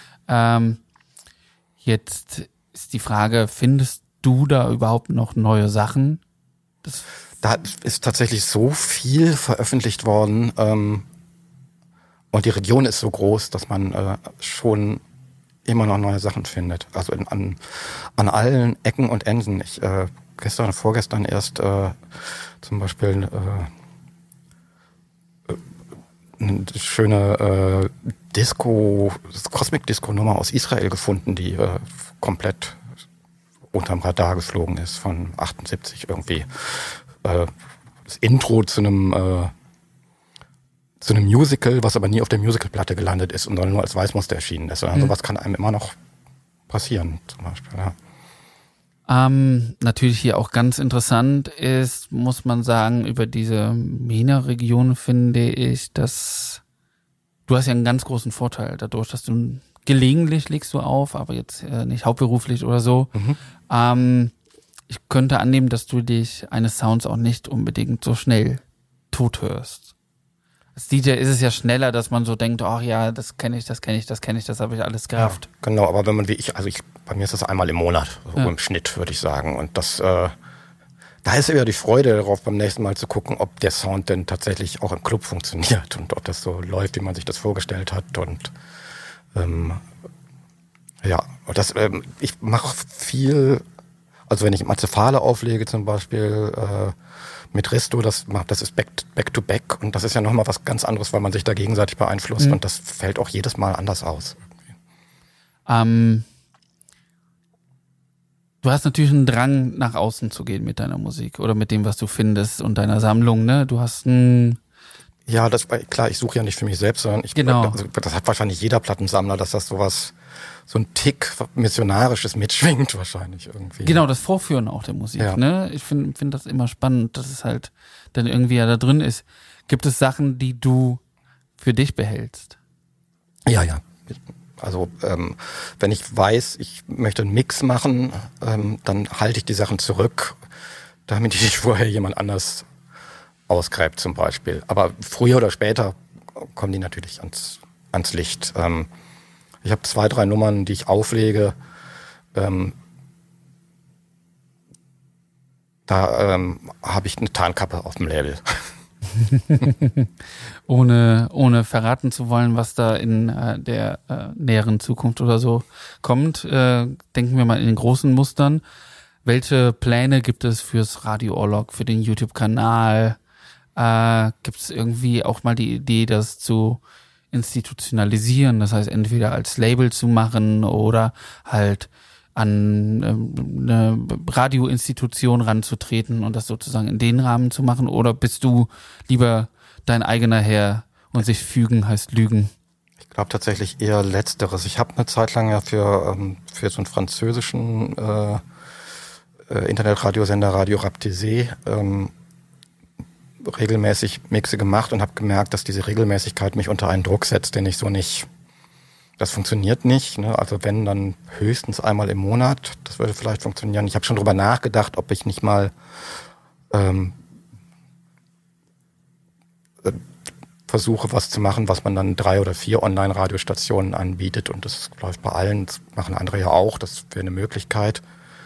Jetzt ist die Frage, findest du da überhaupt noch neue Sachen? Da ist tatsächlich so viel veröffentlicht worden und die Region ist so groß, dass man schon immer noch neue Sachen findet. Also an allen Ecken und Enden. Ich gestern und vorgestern erst zum Beispiel eine schöne Cosmic-Disco-Nummer aus Israel gefunden, die komplett unterm Radar geflogen ist, von 78 irgendwie. Das Intro zu einem Musical, was aber nie auf der Musicalplatte gelandet ist und sondern nur als Weißmuster erschienen ist. Also sowas kann einem immer noch passieren, zum Beispiel. Ja. Natürlich hier auch ganz interessant ist, muss man sagen, über diese MENA-Region finde ich, dass du hast ja einen ganz großen Vorteil dadurch, dass du gelegentlich legst du auf, aber jetzt nicht hauptberuflich oder so. Ich könnte annehmen, dass du dich eines Sounds auch nicht unbedingt so schnell tot hörst. Als DJ ist es ja schneller, dass man so denkt, ach ja, das kenne ich, das habe ich alles gerafft. Ja, genau, aber wenn man wie ich, bei mir ist das einmal im Monat, so im Schnitt, würde ich sagen. Und das, da ist ja die Freude darauf, beim nächsten Mal zu gucken, ob der Sound denn tatsächlich auch im Club funktioniert und ob das so läuft, wie man sich das vorgestellt hat. Und ich mache viel, also wenn ich Mazefale auflege zum Beispiel, mit Risto, das ist back to back und das ist ja nochmal was ganz anderes, weil man sich da gegenseitig beeinflusst und das fällt auch jedes Mal anders aus. Du hast natürlich einen Drang, nach außen zu gehen mit deiner Musik oder mit dem, was du findest und deiner Sammlung, ne? Du hast Ja, klar, ich suche ja nicht für mich selbst, sondern das hat wahrscheinlich jeder Plattensammler, dass das so ein Tick Missionarisches mitschwingt wahrscheinlich irgendwie. Genau, das Vorführen auch der Musik, ne? Ich finde das immer spannend, dass es halt dann irgendwie ja da drin ist. Gibt es Sachen, die du für dich behältst? Ja. Also wenn ich weiß, ich möchte einen Mix machen, dann halte ich die Sachen zurück, damit ich nicht vorher jemand anders ausgräbt zum Beispiel. Aber früher oder später kommen die natürlich ans Licht. Ich habe 2, 3 Nummern, die ich auflege. Da habe ich eine Tarnkappe auf dem Label. ohne verraten zu wollen, was da in der näheren Zukunft oder so kommt, denken wir mal in den großen Mustern. Welche Pläne gibt es fürs Radio Orlok, für den YouTube-Kanal? Gibt es irgendwie auch mal die Idee, das zu institutionalisieren, das heißt entweder als Label zu machen oder halt an eine Radioinstitution ranzutreten und das sozusagen in den Rahmen zu machen, oder bist du lieber dein eigener Herr und sich fügen heißt lügen? Ich glaube tatsächlich eher Letzteres. Ich habe eine Zeit lang ja für so einen französischen Internetradiosender Radio Raptisé regelmäßig Mixe gemacht und habe gemerkt, dass diese Regelmäßigkeit mich unter einen Druck setzt, den ich so nicht, das funktioniert nicht, ne? Also wenn, dann höchstens einmal im Monat, das würde vielleicht funktionieren. Ich habe schon drüber nachgedacht, ob ich nicht mal versuche, was zu machen, was man dann 3 oder 4 Online-Radiostationen anbietet. Und das läuft bei allen, das machen andere ja auch, das wäre eine Möglichkeit.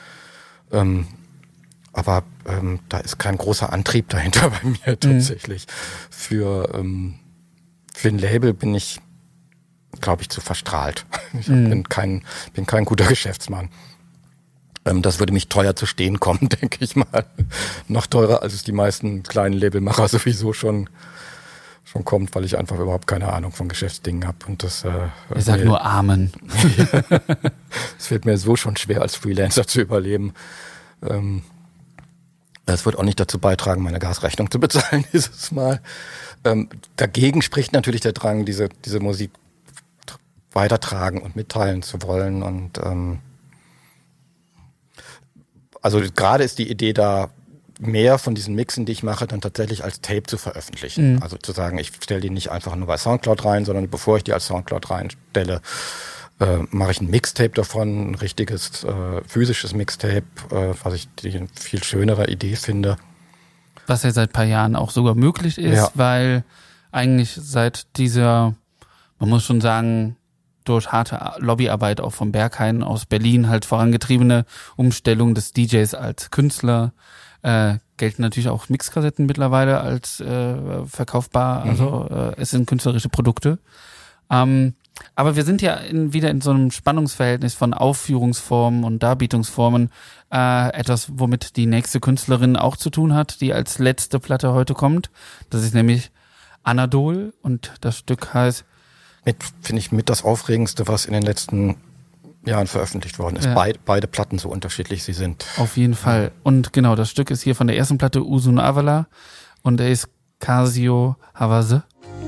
Aber da ist kein großer Antrieb dahinter bei mir tatsächlich. Für ein Label bin ich, glaube ich, zu verstrahlt. Ich bin kein guter Geschäftsmann. Das würde mich teuer zu stehen kommen, denke ich mal. Noch teurer, als es die meisten kleinen Labelmacher sowieso schon kommt, weil ich einfach überhaupt keine Ahnung von Geschäftsdingen habe. Und das Ich sag nur Amen. Es fällt mir so schon schwer, als Freelancer zu überleben. Das wird auch nicht dazu beitragen, meine Gasrechnung zu bezahlen dieses Mal. Dagegen spricht natürlich der Drang, diese Musik weitertragen und mitteilen zu wollen. Und also gerade ist die Idee da, mehr von diesen Mixen, die ich mache, dann tatsächlich als Tape zu veröffentlichen. Also zu sagen, ich stelle die nicht einfach nur bei Soundcloud rein, sondern bevor ich die als Soundcloud reinstelle, mache ich ein Mixtape davon, ein richtiges physisches Mixtape, was ich die viel schönere Idee finde. Was ja seit ein paar Jahren auch sogar möglich ist, weil eigentlich seit dieser, man muss schon sagen, durch harte Lobbyarbeit auch vom Berghain aus Berlin halt vorangetriebene Umstellung des DJs als Künstler, gelten natürlich auch Mixkassetten mittlerweile als verkaufbar, also es sind künstlerische Produkte. Aber wir sind ja wieder in so einem Spannungsverhältnis von Aufführungsformen und Darbietungsformen, etwas, womit die nächste Künstlerin auch zu tun hat, die als letzte Platte heute kommt. Das ist nämlich Anadol und das Stück heißt... Finde ich mit das Aufregendste, was in den letzten Jahren veröffentlicht worden ist. Ja. Beide Platten, so unterschiedlich sie sind. Auf jeden Fall. Und genau, das Stück ist hier von der ersten Platte Usun Avala und er ist Casio Havase.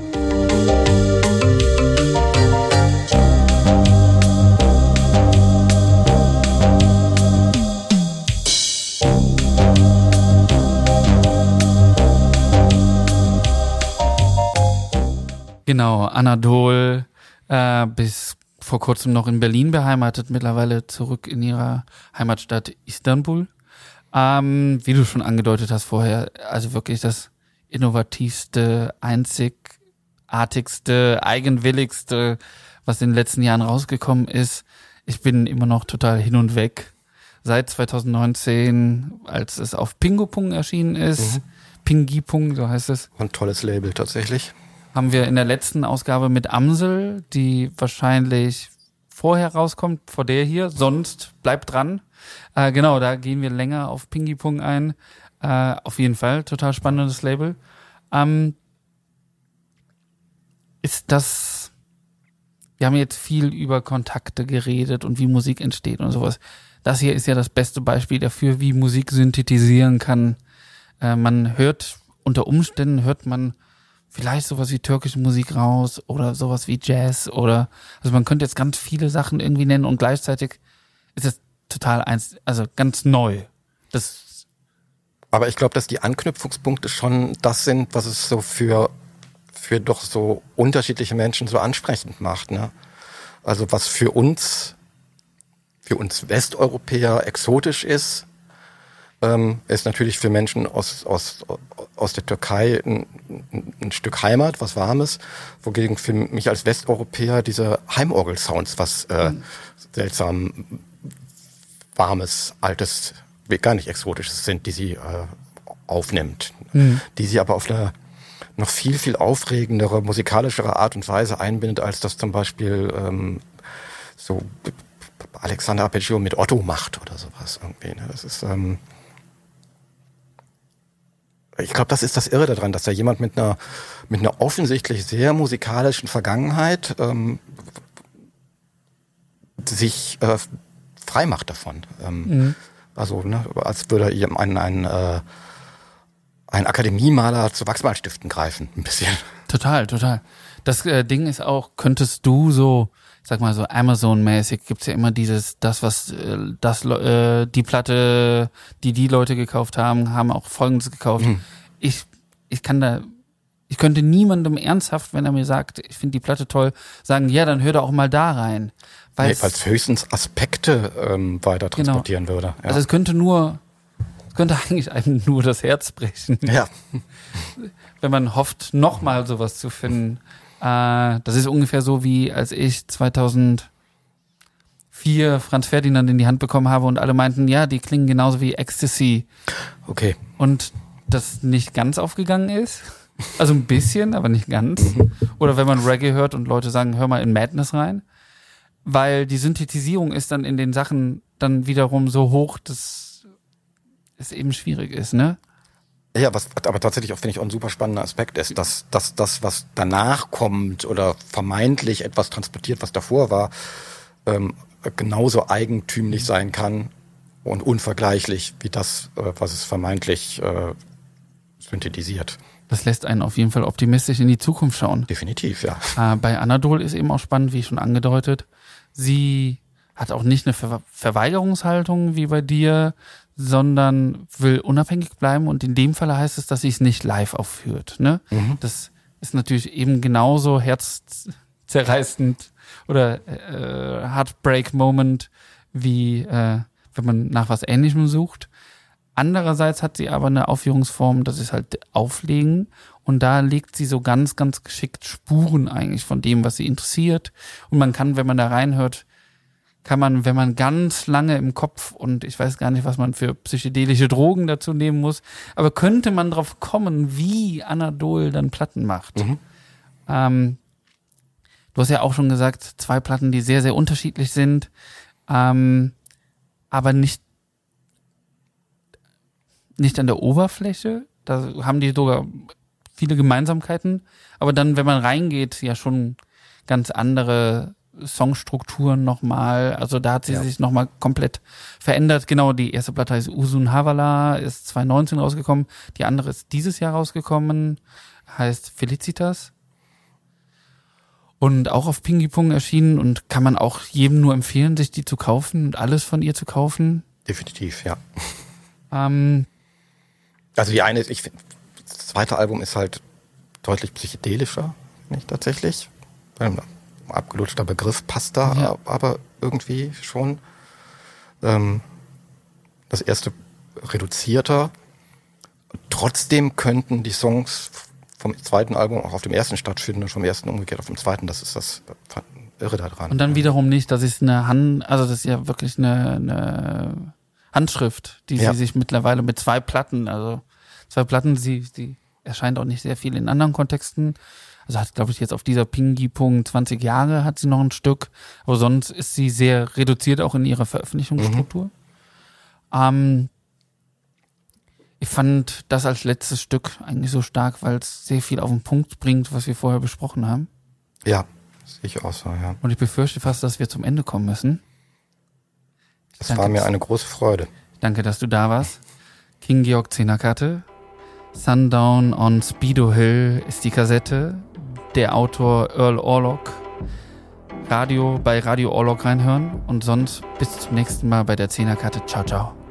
Genau, Anadol, bis vor kurzem noch in Berlin beheimatet, mittlerweile zurück in ihrer Heimatstadt Istanbul. Wie du schon angedeutet hast vorher, also wirklich das innovativste, einzigartigste, eigenwilligste, was in den letzten Jahren rausgekommen ist. Ich bin immer noch total hin und weg. Seit 2019, als es auf Pingopung erschienen ist, Pingipung, so heißt es. Ein tolles Label tatsächlich. Haben wir in der letzten Ausgabe mit Amsel, die wahrscheinlich vorher rauskommt, vor der hier, sonst bleibt dran. Genau, da gehen wir länger auf Pingipung ein. Auf jeden Fall, total spannendes Label. Ist das, wir haben jetzt viel über Kontakte geredet und wie Musik entsteht und sowas. Das hier ist ja das beste Beispiel dafür, wie Musik synthetisieren kann. Man hört, unter Umständen hört man vielleicht sowas wie türkische Musik raus oder sowas wie Jazz oder, also man könnte jetzt ganz viele Sachen irgendwie nennen und gleichzeitig ist es total ganz neu. Aber ich glaube, dass die Anknüpfungspunkte schon das sind, was es so für doch so unterschiedliche Menschen so ansprechend macht, ne? Also was für uns Westeuropäer exotisch ist natürlich für Menschen aus der Türkei ein Stück Heimat, was Warmes, wogegen für mich als Westeuropäer diese Heimorgel-Sounds was seltsam Warmes, Altes, gar nicht Exotisches sind, die sie aufnimmt, die sie aber auf eine noch viel, viel aufregendere, musikalischere Art und Weise einbindet, als das zum Beispiel so Alexander Arpeggio mit Otto macht oder sowas irgendwie. Ne? Das ist ich glaube, das ist das Irre daran, dass da jemand mit einer offensichtlich sehr musikalischen Vergangenheit sich frei macht davon. Also, ne, als würde ihm ein Akademiemaler zu Wachsmalstiften greifen, ein bisschen. Total, total. Das Ding ist auch, könntest du so, sag mal so Amazon-mäßig, gibt's ja immer die Platte, die Leute gekauft haben auch Folgendes gekauft. Ich könnte niemandem ernsthaft, wenn er mir sagt, ich finde die Platte toll, sagen, ja, dann hör doch auch mal da rein. Weil es höchstens Aspekte weiter transportieren würde. Ja. Also es könnte nur Es könnte eigentlich einem nur das Herz brechen, Ja. wenn man hofft, nochmal sowas zu finden. Das ist ungefähr so, wie als ich 2004 Franz Ferdinand in die Hand bekommen habe und alle meinten, ja, die klingen genauso wie Ecstasy. Okay. Und das nicht ganz aufgegangen ist. Also ein bisschen, aber nicht ganz. Oder wenn man Reggae hört und Leute sagen, hör mal in Madness rein. Weil die Synthetisierung ist dann in den Sachen dann wiederum so hoch, dass es eben schwierig ist, ne? Ja, was aber tatsächlich auch, finde ich, auch ein super spannender Aspekt ist, dass das, was danach kommt oder vermeintlich etwas transportiert, was davor war, genauso eigentümlich sein kann und unvergleichlich wie das, was es vermeintlich synthetisiert. Das lässt einen auf jeden Fall optimistisch in die Zukunft schauen. Definitiv, ja. Bei Anadol ist eben auch spannend, wie schon angedeutet. Sie hat auch nicht eine Verweigerungshaltung wie bei dir, sondern will unabhängig bleiben und in dem Fall heißt es, dass sie es nicht live aufführt. Ne? Mhm. Das ist natürlich eben genauso herzzerreißend oder Heartbreak-Moment, wie wenn man nach was Ähnlichem sucht. Andererseits hat sie aber eine Aufführungsform, das ist halt Auflegen und da legt sie so ganz, ganz geschickt Spuren eigentlich von dem, was sie interessiert und man kann, wenn man da reinhört, kann man, wenn man ganz lange im Kopf und ich weiß gar nicht, was man für psychedelische Drogen dazu nehmen muss, aber könnte man drauf kommen, wie Anadol dann Platten macht. Du hast ja auch schon gesagt, 2 Platten, die sehr, sehr unterschiedlich sind, aber nicht an der Oberfläche, da haben die sogar viele Gemeinsamkeiten, aber dann, wenn man reingeht, ja schon ganz andere Songstrukturen nochmal, also da hat sie sich nochmal komplett verändert. Genau, die erste Platte heißt Usun Havala, ist 2019 rausgekommen, die andere ist dieses Jahr rausgekommen, heißt Felicitas und auch auf Pingy Pong erschienen und kann man auch jedem nur empfehlen, sich die zu kaufen und alles von ihr zu kaufen. Definitiv, ja. Also die eine, ich finde, das zweite Album ist halt deutlich psychedelischer, nicht tatsächlich. Ein abgelutschter Begriff passt da aber irgendwie schon. Das erste reduzierter. Trotzdem könnten die Songs vom zweiten Album auch auf dem ersten stattfinden und vom ersten umgekehrt auf dem zweiten. Das ist das Irre daran. Und dann wiederum nicht, das ist das ist ja wirklich eine Handschrift, die sie sich mittlerweile mit 2 Platten, also 2 Platten, sie erscheint auch nicht sehr viel in anderen Kontexten. Also hat, glaube ich, jetzt auf dieser Pingy-Punkt 20 Jahre hat sie noch ein Stück, aber sonst ist sie sehr reduziert auch in ihrer Veröffentlichungsstruktur. Ich fand das als letztes Stück eigentlich so stark, weil es sehr viel auf den Punkt bringt, was wir vorher besprochen haben. Ja, sehe ich auch so, ja. Und ich befürchte fast, dass wir zum Ende kommen müssen. Das war mir eine große Freude. Danke, dass du da warst. King Georg 10er Karte. Sundown on Speedo Hill ist die Kassette. Der Autor Earl Orlock. Bei Radio Orlock reinhören. Und sonst bis zum nächsten Mal bei der 10er Karte. Ciao, ciao.